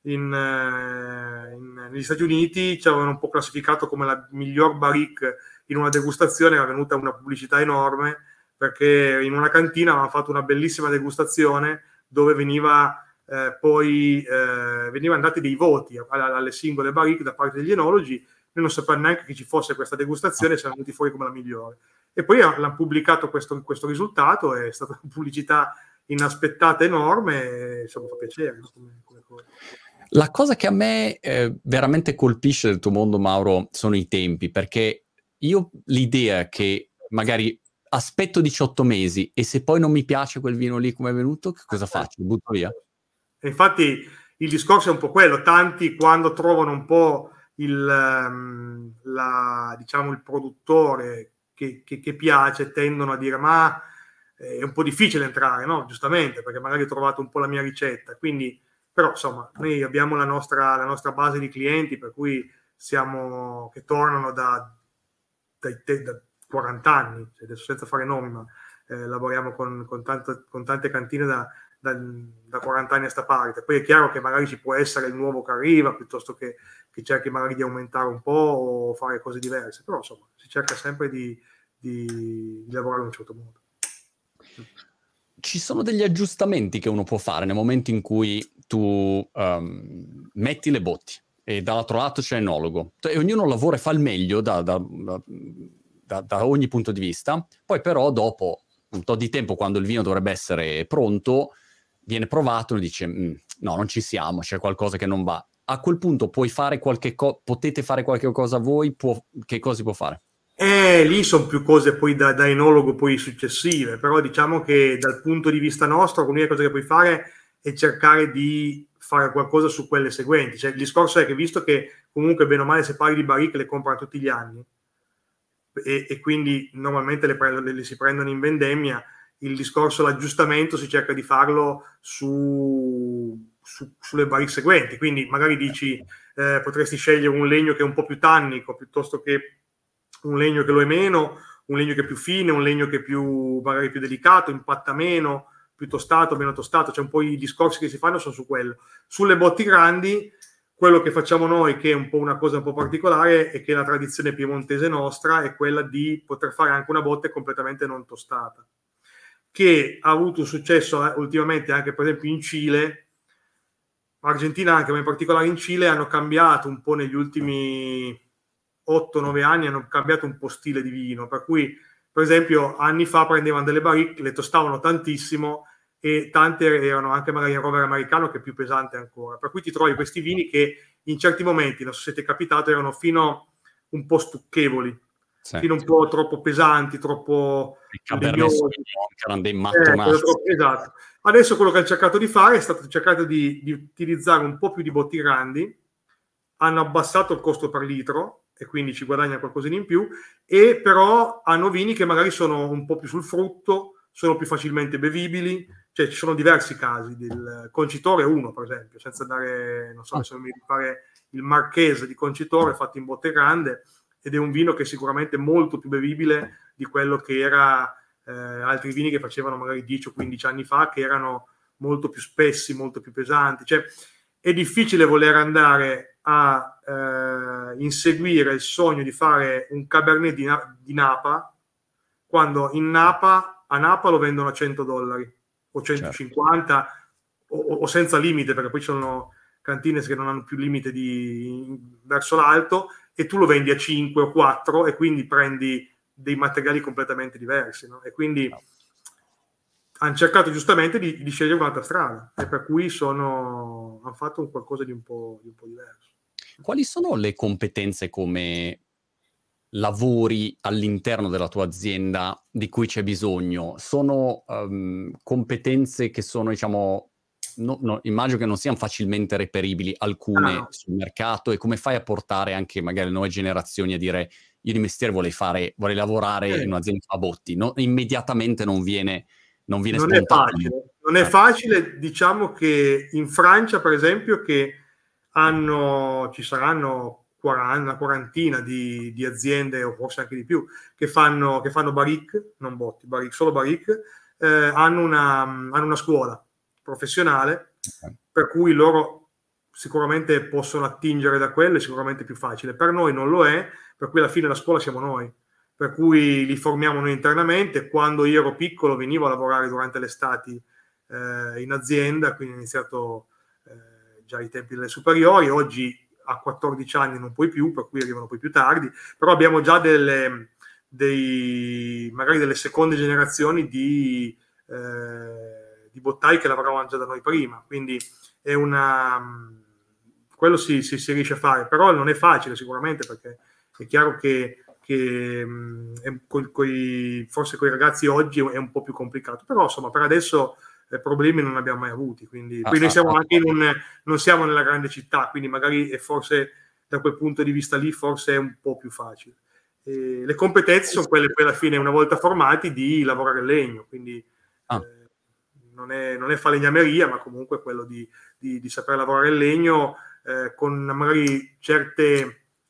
Speaker 1: negli Stati Uniti. Ci avevano un po' classificato come la miglior barrique in una degustazione, era venuta una pubblicità enorme, perché in una cantina avevano fatto una bellissima degustazione dove venivano dati dei voti alle singole barrique da parte degli enologi. Noi non sapevamo neanche che ci fosse questa degustazione, siamo venuti fuori come la migliore. E poi hanno pubblicato questo risultato, è stata una pubblicità inaspettata enorme, e insomma fa piacere come cosa.
Speaker 2: La cosa che a me veramente colpisce del tuo mondo, Mauro, sono i tempi, perché io l'idea che magari aspetto 18 mesi e se poi non mi piace quel vino lì come è venuto, che cosa faccio? Lo butto via?
Speaker 1: E infatti il discorso è un po' quello, tanti quando trovano un po' diciamo, il produttore che piace tendono a dire ma è un po' difficile entrare, no? Giustamente, perché magari ho trovato un po' la mia ricetta, quindi però insomma noi abbiamo la nostra base di clienti, per cui che tornano da 40 anni, cioè adesso senza fare nomi, ma lavoriamo con tante cantine da 40 anni a sta parte. Poi è chiaro che magari ci può essere il nuovo che arriva, piuttosto che cerchi magari di aumentare un po' o fare cose diverse, però insomma si cerca sempre di lavorare in un certo modo.
Speaker 2: Ci sono degli aggiustamenti che uno può fare nel momento in cui tu metti le botti e dall'altro lato c'è l'enologo e ognuno lavora e fa il meglio da ogni punto di vista, poi però dopo un po' di tempo, quando il vino dovrebbe essere pronto, viene provato e dice no, non ci siamo, c'è qualcosa che non va. A quel punto puoi fare potete fare qualche cosa voi? Che cosa si può fare?
Speaker 1: Lì sono più cose poi da enologo poi successive, però diciamo che dal punto di vista nostro l'unica cosa che puoi fare è cercare di fare qualcosa su quelle seguenti. Cioè, il discorso è che visto che comunque bene o male se parli di barrique le comprano tutti gli anni e quindi normalmente le si prendono in vendemmia, il discorso, l'aggiustamento si cerca di farlo sulle barrique seguenti, quindi magari dici potresti scegliere un legno che è un po' più tannico piuttosto che un legno che lo è meno, un legno che è più fine, un legno che è magari più delicato, impatta meno, più tostato, meno tostato, cioè un po' i discorsi che si fanno sono su quello. Sulle botti grandi, quello che facciamo noi, che è un po' una cosa un po' particolare, è che la tradizione piemontese nostra è quella di poter fare anche una botte completamente non tostata, che ha avuto un successo ultimamente anche per esempio in Cile, Argentina anche, ma in particolare in Cile, hanno cambiato un po' negli ultimi 8-9 anni, hanno cambiato un po' stile di vino, per cui per esempio anni fa prendevano delle barrique, le tostavano tantissimo e tante erano anche magari in rover americano, che è più pesante ancora, per cui ti trovi questi vini che in certi momenti, non so se ti è capitato, erano fino un po' stucchevoli, sì, fino un po' troppo pesanti, troppo legnosi,
Speaker 2: erano dei mattonati.
Speaker 1: Esatto. Adesso quello che hanno cercato di fare è stato cercare di utilizzare un po' più di botti grandi, hanno abbassato il costo per litro e quindi ci guadagna qualcosina in più, e però hanno vini che magari sono un po' più sul frutto, sono più facilmente bevibili, cioè ci sono diversi casi. Del Concitore è uno, per esempio, senza andare, non so se mi fare il Marchese di Concitore fatto in botte grande, ed è un vino che è sicuramente molto più bevibile di quello che era altri vini che facevano magari 10 o 15 anni fa, che erano molto più spessi, molto più pesanti. Cioè è difficile voler andare a inseguire il sogno di fare un Cabernet di Napa quando a Napa lo vendono a $100 o 150, certo, o senza limite, perché poi ci sono cantine che non hanno più limite verso l'alto, e tu lo vendi a 5 o 4 e quindi prendi dei materiali completamente diversi, no? E quindi hanno cercato giustamente di scegliere un'altra strada, e per cui hanno fatto un qualcosa di un po' diverso.
Speaker 2: Quali sono le competenze come lavori all'interno della tua azienda di cui c'è bisogno? Sono competenze che sono, diciamo, immagino che non siano facilmente reperibili alcune sul mercato, e come fai a portare anche magari le nuove generazioni a dire io di mestiere vorrei lavorare in un'azienda a botti, no? Immediatamente non viene spontaneo.
Speaker 1: Non è facile, diciamo che in Francia per esempio, che ci saranno una quarantina di aziende, o forse anche di più, che fanno barrique, non botti, solo barrique, hanno una scuola professionale, per cui loro sicuramente possono attingere da quello, è sicuramente più facile. Per noi non lo è, per cui alla fine la scuola siamo noi, per cui li formiamo noi internamente. Quando io ero piccolo venivo a lavorare durante le estati in azienda, quindi ho iniziato già ai tempi delle superiori. Oggi a 14 anni non puoi più, per cui arrivano poi più tardi, però abbiamo già magari delle seconde generazioni di bottai che lavoravano già da noi prima, quindi è quello si riesce a fare, però non è facile sicuramente, perché è chiaro che forse con i ragazzi oggi è un po' più complicato, però insomma per adesso problemi non abbiamo mai avuti, quindi poi noi siamo anche non siamo nella grande città, quindi magari è forse da quel punto di vista lì forse è un po' più facile. Le competenze sono quelle poi alla fine, una volta formati, di lavorare il legno, quindi non è falegnameria, ma comunque quello di saper lavorare il legno con magari certe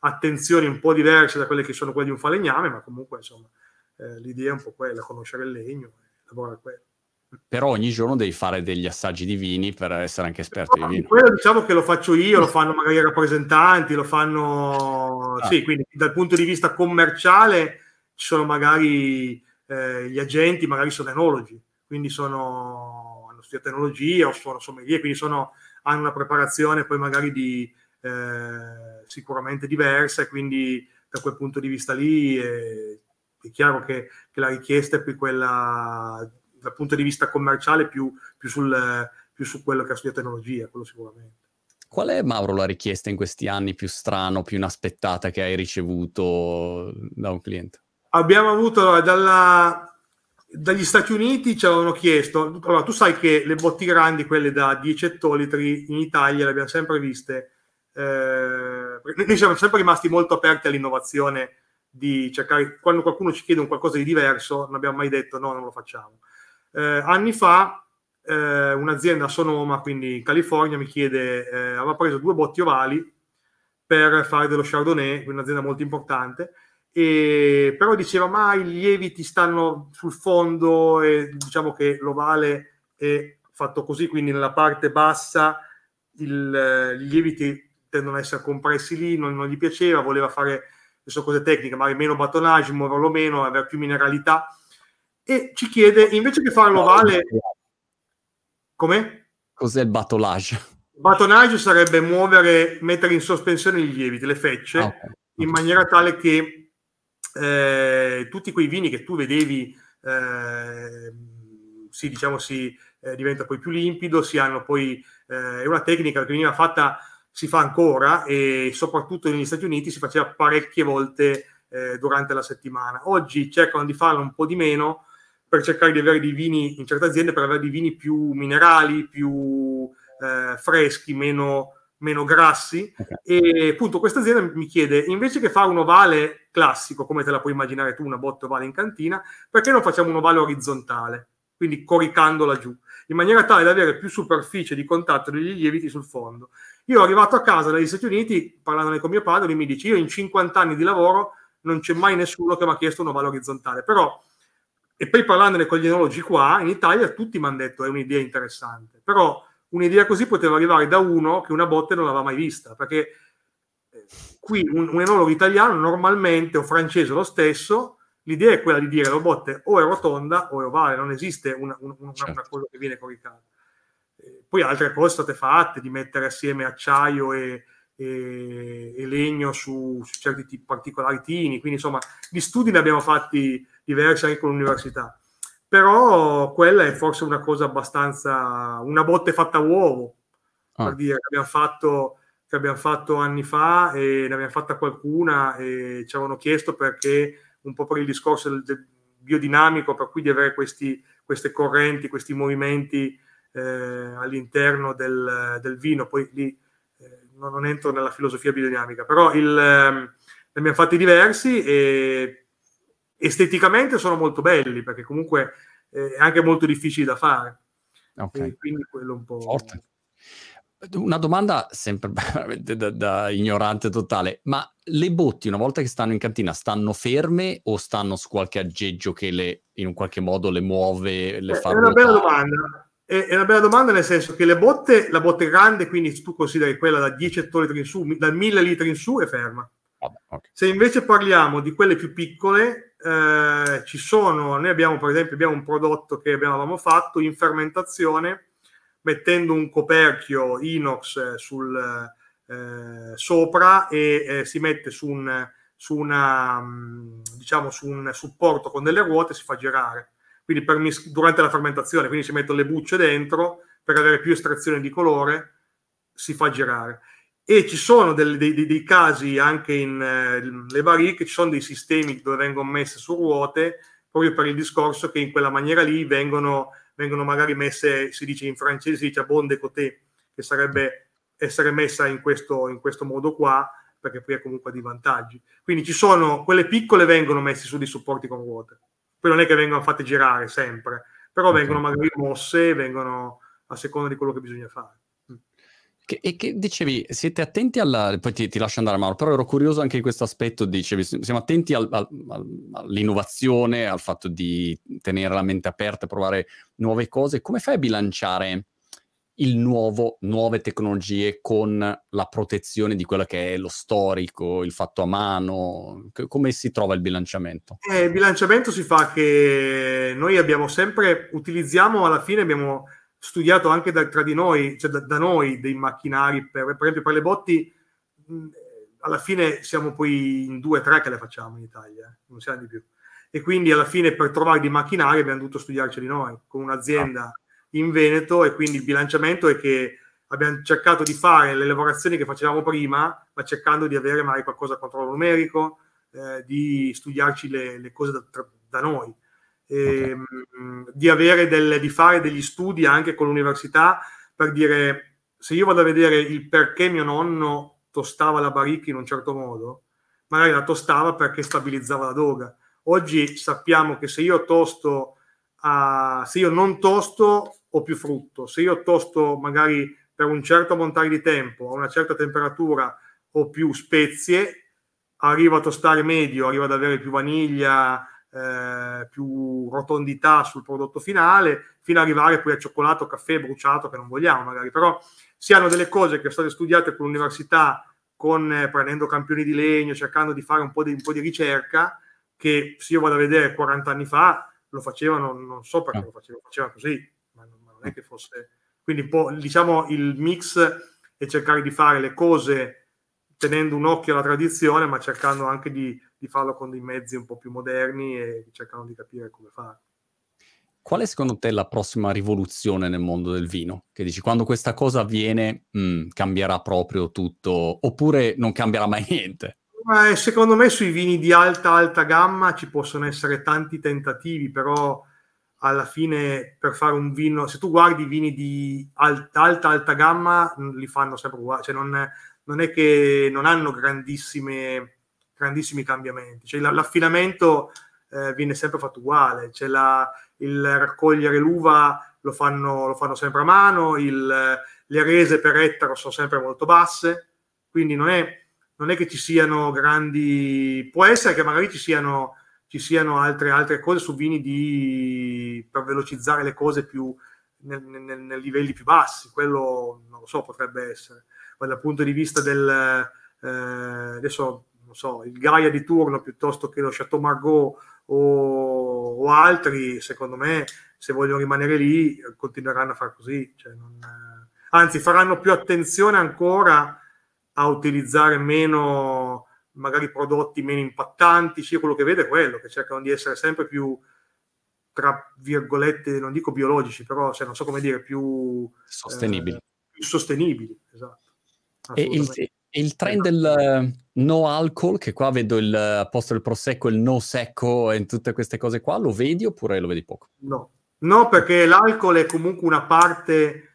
Speaker 1: attenzioni un po' diverse da quelle che sono quelle di un falegname, ma comunque insomma l'idea è un po' quella, conoscere il legno e lavorare a quello.
Speaker 2: Però ogni giorno devi fare degli assaggi di vini per essere anche esperto di vino.
Speaker 1: Quello diciamo che lo faccio io, lo fanno magari i rappresentanti, lo fanno... Sì, quindi dal punto di vista commerciale ci sono magari gli agenti, magari sono enologi, quindi hanno studiato enologia o sono sommelier, quindi hanno una preparazione poi magari sicuramente diversa, e quindi da quel punto di vista lì è chiaro che la richiesta è più quella dal punto di vista commerciale più su quello che ha studiato enologia, quello sicuramente.
Speaker 2: Qual è, Mauro, la richiesta in questi anni più strano, più inaspettata che hai ricevuto da un cliente?
Speaker 1: Abbiamo avuto dagli Stati Uniti ci avevano chiesto, allora, tu sai che le bottiglie grandi, quelle da 10 ettolitri, in Italia le abbiamo sempre viste, noi siamo sempre rimasti molto aperti all'innovazione, di cercare, quando qualcuno ci chiede un qualcosa di diverso, non abbiamo mai detto no, non lo facciamo. Anni fa un'azienda a Sonoma, quindi in California, mi chiede, aveva preso 2 botti ovali per fare dello Chardonnay, quindi un'azienda molto importante, però diceva ma i lieviti stanno sul fondo, e diciamo che l'ovale è fatto così, quindi nella parte bassa i lieviti tendono a essere compressi lì, non gli piaceva, voleva fare le sue cose tecniche, magari meno battonage, muoverlo meno, avere più mineralità, e ci chiede, invece che fare l'ovale... Come?
Speaker 2: Cos'è il batolage?
Speaker 1: Battonage sarebbe mettere in sospensione i lieviti, le fecce,
Speaker 2: okay.
Speaker 1: in maniera tale che tutti quei vini che tu vedevi diventa poi più limpido, è una tecnica che veniva fatta, si fa ancora, e soprattutto negli Stati Uniti si faceva parecchie volte durante la settimana. Oggi cercano di farlo un po' di meno, per cercare di avere dei vini, in certe aziende, per avere dei vini più minerali, più freschi, meno grassi.
Speaker 2: Okay.
Speaker 1: E appunto questa azienda mi chiede, invece che fare un ovale classico, come te la puoi immaginare tu, una botte ovale in cantina, perché non facciamo un ovale orizzontale, quindi coricandola giù, in maniera tale da avere più superficie di contatto degli lieviti sul fondo. Io arrivato a casa dagli Stati Uniti, parlandone con mio padre, lui mi dice, io in 50 anni di lavoro non c'è mai nessuno che mi ha chiesto un ovale orizzontale, però, e poi parlandone con gli enologi qua, in Italia tutti mi hanno detto è un'idea interessante, però un'idea così poteva arrivare da uno che una botte non l'aveva mai vista, perché qui un enologo italiano normalmente, o francese lo stesso, l'idea è quella di dire la botte o è rotonda o è ovale, non esiste una cosa che viene coricata. Poi altre cose sono state fatte, di mettere assieme acciaio e legno su certi particolari tini, quindi insomma gli studi ne abbiamo fatti diversi anche con l'università, però quella è forse una cosa abbastanza, una botte fatta a uovo, per dire, che abbiamo fatto anni fa, e ne abbiamo fatta qualcuna e ci avevano chiesto, perché un po' per il discorso del biodinamico, per cui di avere queste correnti, questi movimenti all'interno del vino. Poi lì non entro nella filosofia biodinamica, però ne abbiamo fatti diversi e esteticamente sono molto belli, perché comunque è anche molto difficile da fare.
Speaker 2: Okay.
Speaker 1: E quindi quello un po'...
Speaker 2: Forte. Una domanda sempre da ignorante totale, ma le botti una volta che stanno in cantina stanno ferme o stanno su qualche aggeggio che in un qualche modo le muove, le fa ruotare?
Speaker 1: È una bella domanda. È una bella domanda, nel senso che la botte grande, quindi tu consideri quella da 10 ettolitri in su, da 1000 litri in su, è ferma.
Speaker 2: Okay.
Speaker 1: Se invece parliamo di quelle più piccole, noi abbiamo, per esempio, un prodotto che avevamo fatto in fermentazione, mettendo un coperchio inox sopra, e si mette su un supporto con delle ruote, si fa girare. Quindi durante la fermentazione, quindi si mettono le bucce dentro per avere più estrazione di colore, si fa girare. E ci sono dei casi anche in le barrique, ci sono dei sistemi dove vengono messe su ruote, proprio per il discorso che in quella maniera lì vengono magari messe, si dice in francese, si dice bon de côté, che sarebbe essere messa in questo modo qua, perché poi ha comunque dei vantaggi. Quindi ci sono, quelle piccole vengono messe su dei supporti con ruote, poi non è che vengono fatte girare sempre, però vengono magari mosse, vengono a seconda di quello che bisogna fare.
Speaker 2: E che dicevi, siete attenti poi ti lascio andare Mauro, però ero curioso anche di questo aspetto, dicevi, siamo attenti all'innovazione, al fatto di tenere la mente aperta, provare nuove cose. Come fai a bilanciare nuove tecnologie con la protezione di quello che è lo storico, il fatto a mano? Come si trova il bilanciamento?
Speaker 1: Il bilanciamento si fa che noi utilizziamo alla fine, abbiamo studiato anche tra di noi, cioè da noi, dei macchinari, per esempio per le botti, alla fine siamo poi in 2 o 3 che le facciamo in Italia, non siamo di più. E quindi alla fine per trovare dei macchinari abbiamo dovuto studiarceli noi, con un'azienda in Veneto, e quindi il bilanciamento è che abbiamo cercato di fare le lavorazioni che facevamo prima, ma cercando di avere magari qualcosa a controllo numerico, di studiarci le cose da noi, di fare degli studi anche con l'università, per dire, se io vado a vedere il perché mio nonno tostava la baricca in un certo modo, magari la tostava perché stabilizzava la doga. Oggi sappiamo che se io non tosto ho più frutto, se io tosto magari per un certo ammontare di tempo, a una certa temperatura, ho più spezie, arrivo a tostare medio, arrivo ad avere più vaniglia, più rotondità sul prodotto finale, fino ad arrivare poi al cioccolato, caffè bruciato, che non vogliamo magari, però si hanno delle cose che sono state studiate con l'università, prendendo campioni di legno, cercando di fare un po' di ricerca, che se io vado a vedere 40 anni fa lo facevano, non so perché lo facevano così, ma non è che fosse... Quindi diciamo il mix è cercare di fare le cose tenendo un occhio alla tradizione, ma cercando anche di farlo con dei mezzi un po' più moderni e cercando di capire come fare.
Speaker 2: Qual è secondo te la prossima rivoluzione nel mondo del vino? Che dici, quando questa cosa avviene, cambierà proprio tutto, oppure non cambierà mai niente?
Speaker 1: Secondo me sui vini di alta gamma ci possono essere tanti tentativi, però alla fine per fare un vino, se tu guardi i vini di alta gamma, li fanno sempre uguali, cioè non è che non hanno grandissimi cambiamenti, cioè l'affinamento viene sempre fatto uguale, cioè il raccogliere l'uva lo fanno sempre a mano, le rese per ettaro sono sempre molto basse, quindi non è che ci siano grandi... Può essere che magari ci siano altre cose su vini per velocizzare le cose più nei livelli più bassi, quello non lo so, potrebbe essere. Ma dal punto di vista adesso non so, il Gaia di turno piuttosto che lo Chateau Margaux o altri, secondo me, se vogliono rimanere lì, continueranno a fare così. Cioè anzi, faranno più attenzione ancora a utilizzare meno, magari prodotti meno impattanti. Sì, quello che vedo è quello, che cercano di essere sempre più, tra virgolette, non dico biologici, però non so come dire, più
Speaker 2: sostenibili.
Speaker 1: Più sostenibili, esatto.
Speaker 2: E il trend del no alcol, che qua vedo al posto del prosecco il no secco e tutte queste cose qua, lo vedi oppure lo vedi poco?
Speaker 1: No, perché l'alcol è comunque una parte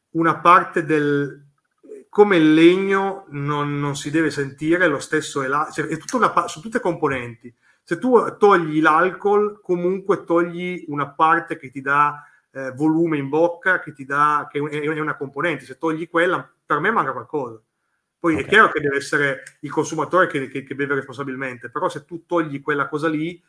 Speaker 1: del... Come il legno non si deve sentire, lo stesso cioè, è tutta sono tutte componenti. Se tu togli l'alcol, comunque togli una parte che ti dà volume in bocca, che è una componente. Se togli quella, per me manca qualcosa. Poi è chiaro che deve essere il consumatore che beve responsabilmente, però se tu togli quella cosa lì,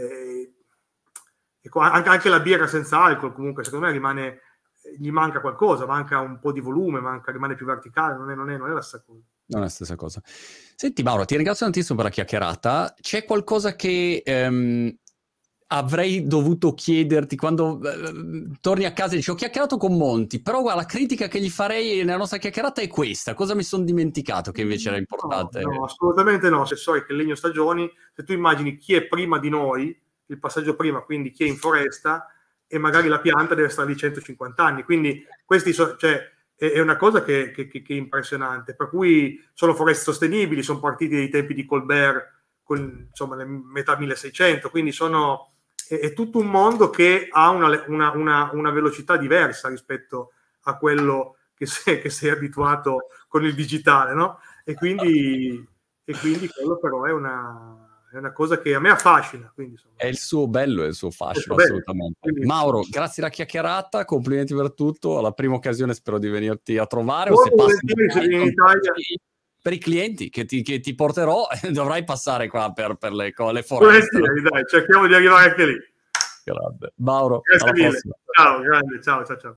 Speaker 1: anche la birra senza alcol, comunque secondo me gli manca qualcosa, manca un po' di volume, rimane più verticale, non è la stessa cosa.
Speaker 2: Non è la stessa cosa. Senti Mauro, ti ringrazio tantissimo per la chiacchierata. C'è qualcosa che avrei dovuto chiederti quando torni a casa e dici ho chiacchierato con Monti, però guarda, la critica che gli farei nella nostra chiacchierata è questa, cosa mi sono dimenticato che invece era importante?
Speaker 1: No, assolutamente no. Se so che il legno stagioni, se tu immagini chi è prima di noi, il passaggio prima, quindi chi è in foresta, e magari la pianta deve stare lì 150 anni, quindi è una cosa che è impressionante, per cui sono foreste sostenibili, sono partiti dai tempi di Colbert con metà 1600, quindi è tutto un mondo che ha una velocità diversa rispetto a quello che sei abituato con il digitale, no? E quindi quello però è è una cosa che a me affascina. Quindi, insomma,
Speaker 2: è il suo bello e il suo fascino,
Speaker 1: bello.
Speaker 2: assolutamente.
Speaker 1: Quindi,
Speaker 2: Mauro, grazie alla chiacchierata, complimenti per tutto, alla prima occasione spero di venirti a trovare, o se passi
Speaker 1: in Italia.
Speaker 2: Per i clienti che ti porterò, dovrai passare qua per le foreste.
Speaker 1: Dai, cerchiamo di arrivare anche lì.
Speaker 2: Grande. Mauro,
Speaker 1: Grazie
Speaker 2: alla
Speaker 1: mille.
Speaker 2: prossima.
Speaker 1: Ciao, grande, ciao.